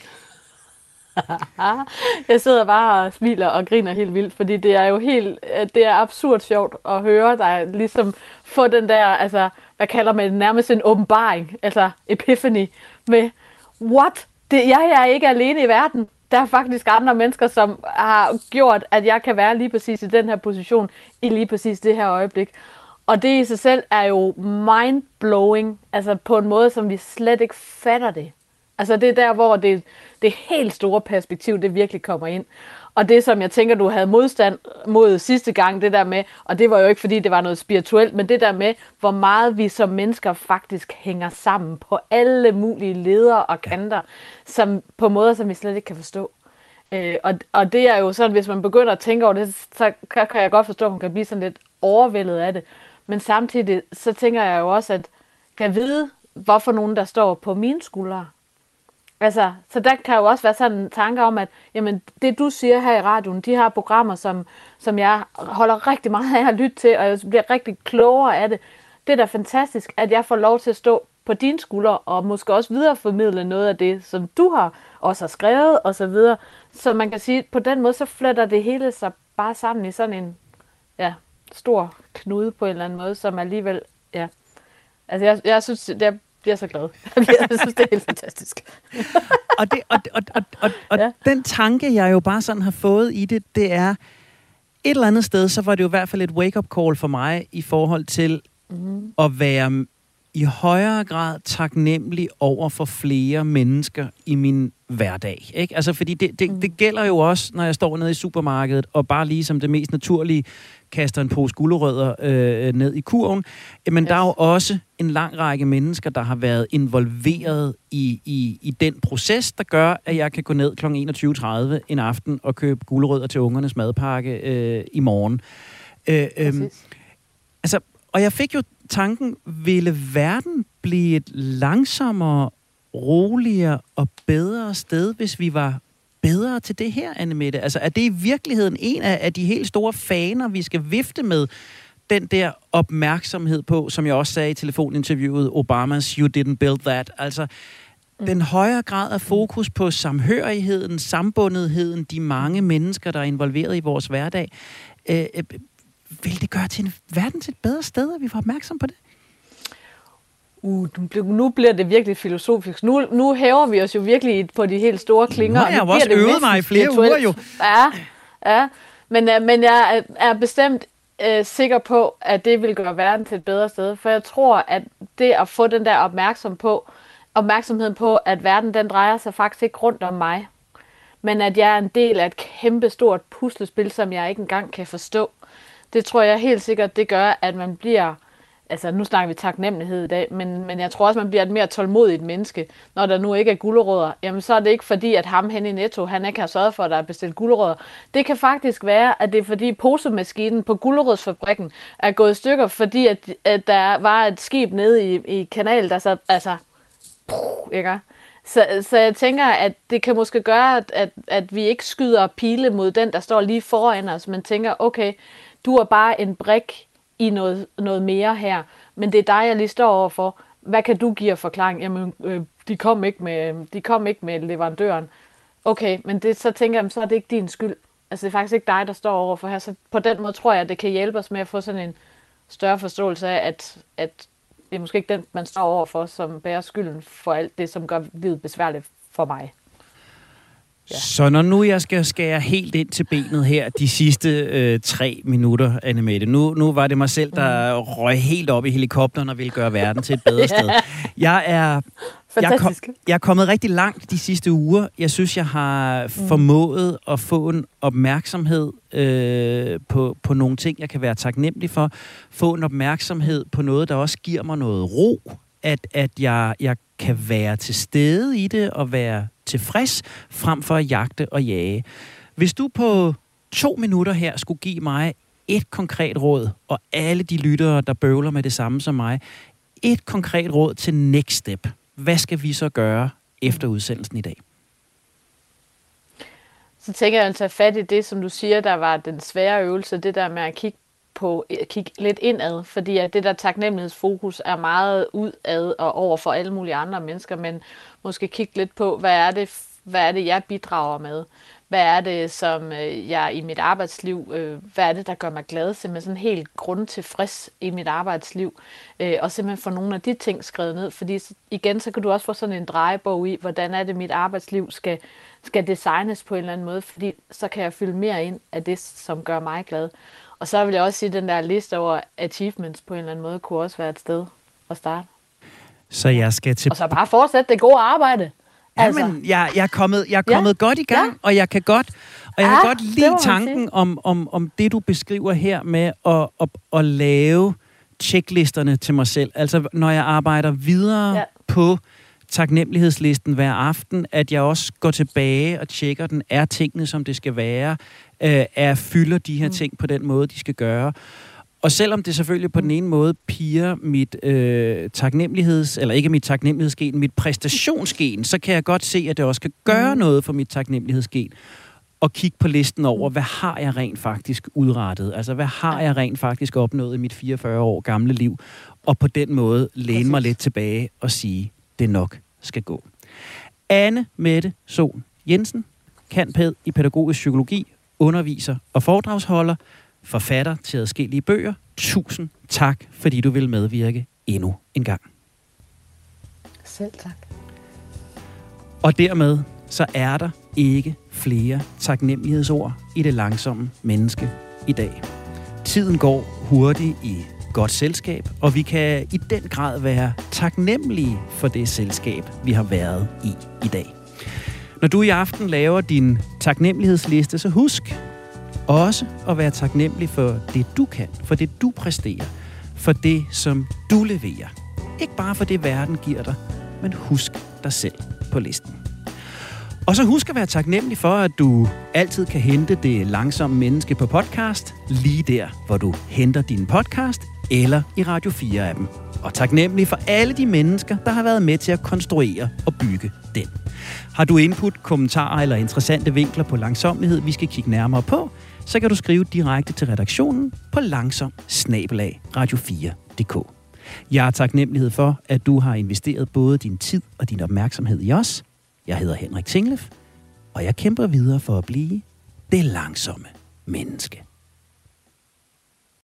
Jeg sidder bare og smiler og griner helt vildt, fordi det er jo helt, det er absurd sjovt at høre dig ligesom få den der, altså, hvad kalder man det, nærmest en åbenbaring, altså epiphany, med, what? Det, jeg er ikke alene i verden. Der er faktisk andre mennesker, som har gjort, at jeg kan være lige præcis i den her position, i lige præcis det her øjeblik. Og det i sig selv er jo mind-blowing, altså på en måde, som vi slet ikke fatter det. Altså det er der, hvor det, det helt store perspektiv, det virkelig kommer ind. Og det, som jeg tænker, du havde modstand mod sidste gang, det der med, og det var jo ikke, fordi det var noget spirituelt, men det der med, hvor meget vi som mennesker faktisk hænger sammen på alle mulige leder og kanter, som, på måder, som vi slet ikke kan forstå. Øh, og, og det er jo sådan, hvis man begynder at tænke over det, så kan, kan jeg godt forstå, at man kan blive sådan lidt overvældet af det. Men samtidig, så tænker jeg jo også, at kan jeg vide, hvorfor nogen, der står på mine skuldre. Altså, så der kan jo også være sådan en tanke om, at jamen, det du siger her i radioen, de her programmer, som, som jeg holder rigtig meget af at lytte til, og jeg bliver rigtig klogere af det, det er da fantastisk, at jeg får lov til at stå på dine skuldre, og måske også videreformidle noget af det, som du har også har skrevet, og så videre. Så man kan sige, på den måde, så fletter det hele sig bare sammen i sådan en ja, stor knude på en eller anden måde, som alligevel, ja. Altså, jeg, jeg synes, jeg bliver så glad. Jeg synes, det er helt fantastisk. og det, og, og, og, og, og ja. Den tanke, jeg jo bare sådan har fået i det, det er, et eller andet sted, så var det jo i hvert fald et wake-up call for mig i forhold til mm. at være i højere grad taknemmelig over for flere mennesker i min hverdag. Ikke? Altså, fordi det, det, mm. det gælder jo også, når jeg står nede i supermarkedet, og bare lige som det mest naturlige, kaster en pose gulerødder øh, ned i kurven. Men yes. der er jo også en lang række mennesker, der har været involveret i, i, i den proces, der gør, at jeg kan gå ned klokken enogtyve tredive en aften og købe gulerødder til ungernes madpakke øh, i morgen. Øh, øh, altså, og jeg fik jo tanken, ville verden blive et langsommere, roligere og bedre sted, hvis vi var bedre til det her, Annemette? Altså, er det i virkeligheden en af, af de helt store faner, vi skal vifte med, den der opmærksomhed på, som jeg også sagde i telefoninterviewet, Obamas You Didn't Build That. Altså, mm. den højere grad af fokus på samhørigheden, sambundetheden, de mange mennesker, der er involveret i vores hverdag. Øh, øh, vil det gøre til en verden til et bedre sted, at vi får opmærksom på det? Uh, nu bliver det virkelig filosofisk. Nu, nu hæver vi os jo virkelig på de helt store klinger. Nu har jeg jo også øvet mig i flere uger jo. Ja, ja. Men, uh, men jeg er, er bestemt uh, sikker på, at det vil gøre verden til et bedre sted. For jeg tror, at det at få den der opmærksom på, opmærksomhed på, at verden den drejer sig faktisk ikke rundt om mig. Men at jeg er en del af et kæmpestort puslespil, som jeg ikke engang kan forstå. Det tror jeg helt sikkert, det gør, at man bliver... Altså, nu snakker vi taknemmelighed i dag, men, men jeg tror også, man bliver et mere tålmodigt menneske. Når der nu ikke er gulerødder, jamen så er det ikke fordi, at ham hen i Netto, han ikke har sørget for, at der er bestilt gulerødder. Det kan faktisk være, at det er fordi posemaskinen på gulerødsfabrikken er gået i stykker, fordi at, at der var et skib nede i, i kanalen, der så, altså, puh, ikke? Så, så jeg tænker, at det kan måske gøre, at, at, at vi ikke skyder pile mod den, der står lige foran os, men tænker, okay, du er bare en brik i noget, noget mere her, men det er dig, jeg lige står overfor. Hvad kan du give forklaring? Jamen, øh, de kom ikke med, de kom ikke med leverandøren. Okay, men det, så tænker jeg, så er det ikke din skyld. Altså, det er faktisk ikke dig, der står overfor her. Så på den måde tror jeg, at det kan hjælpe os med at få sådan en større forståelse af, at, at det er måske ikke den, man står overfor, som bærer skylden for alt det, som gør livet besværligt for mig. Ja. Så når nu jeg skal skære helt ind til benet her de sidste øh, tre minutter, Annemette, nu, nu var det mig selv, der mm. røg helt op i helikopteren og ville gøre verden til et bedre sted. Jeg er, jeg, kom, jeg er kommet rigtig langt de sidste uger. Jeg synes, jeg har mm. formået at få en opmærksomhed øh, på, på nogle ting, jeg kan være taknemmelig for. Få en opmærksomhed på noget, der også giver mig noget ro. At, at jeg, jeg kan være til stede i det og være tilfreds, frem for at jagte og jage. Hvis du på to minutter her skulle give mig et konkret råd, og alle de lyttere, der bøvler med det samme som mig, et konkret råd til next step, hvad skal vi så gøre efter udsendelsen i dag? Så tænker jeg at tage fat i det, som du siger, der var den svære øvelse, det der med at kigge på at kigge lidt indad, fordi at det der taknemmelighedsfokus er meget udad og over for alle mulige andre mennesker, men måske kigge lidt på, hvad er det, hvad er det, jeg bidrager med? Hvad er det, som jeg i mit arbejdsliv, hvad er det, der gør mig glad? Simpelthen sådan helt grundtilfreds i mit arbejdsliv, og simpelthen få nogle af de ting skrevet ned, fordi igen, så kan du også få sådan en drejebog i, hvordan er det, mit arbejdsliv skal, skal designes på en eller anden måde, fordi så kan jeg fylde mere ind af det, som gør mig glad. Og så vil jeg også sige, at den der liste over achievements på en eller anden måde kunne også være et sted at starte. Så jeg skal til... Og så bare fortsætte det gode arbejde. Altså. Jamen, jeg, jeg er kommet, jeg er kommet ja. godt i gang, ja. og jeg kan godt, og jeg ja, kan godt lide tanken om, om, om det, du beskriver her med at, at, at lave checklisterne til mig selv. Altså, når jeg arbejder videre ja. på taknemmelighedslisten hver aften, at jeg også går tilbage og tjekker den. Er tingene, som det skal være? Øh, er fylder de her mm. ting på den måde, de skal gøre? Og selvom det selvfølgelig på den ene måde piger mit øh, taknemmeligheds, eller ikke mit taknemmelighedsgen, mit præstationsgen, så kan jeg godt se, at det også kan gøre noget for mit taknemmelighedsgen. Og kigge på listen over, hvad har jeg rent faktisk udrettet? Altså, hvad har jeg rent faktisk opnået i mit fireogfyrre år gamle liv? Og på den måde læne mig lidt tilbage og sige, det nok skal gå. Annemette Sohn Jensen, cand.pæd i pædagogisk psykologi, underviser og foredragsholder, forfatter til adskillige bøger. Tusind tak, fordi du vil medvirke endnu en gang. Selv tak. Og dermed så er der ikke flere taknemmelighedsord i det langsomme menneske i dag. Tiden går hurtigt i godt selskab, og vi kan i den grad være taknemmelige for det selskab, vi har været i i dag. Når du i aften laver din taknemmelighedsliste, så husk også at være taknemmelig for det, du kan, for det, du præsterer, for det, som du leverer. Ikke bare for det, verden giver dig, men husk dig selv på listen. Og så husk at være taknemmelig for, at du altid kan hente Det Langsomme Menneske på podcast, lige der, hvor du henter din podcast, eller i Radio fire-appen. Og taknemmelig for alle de mennesker, der har været med til at konstruere og bygge den. Har du input, kommentarer eller interessante vinkler på langsommelighed, vi skal kigge nærmere på, så kan du skrive direkte til redaktionen på langsom snabel-a radio fire punktum d k. Jeg er taknemmelighed for, at du har investeret både din tid og din opmærksomhed i os. Jeg hedder Henrik Tinglef, og jeg kæmper videre for at blive det langsomme menneske.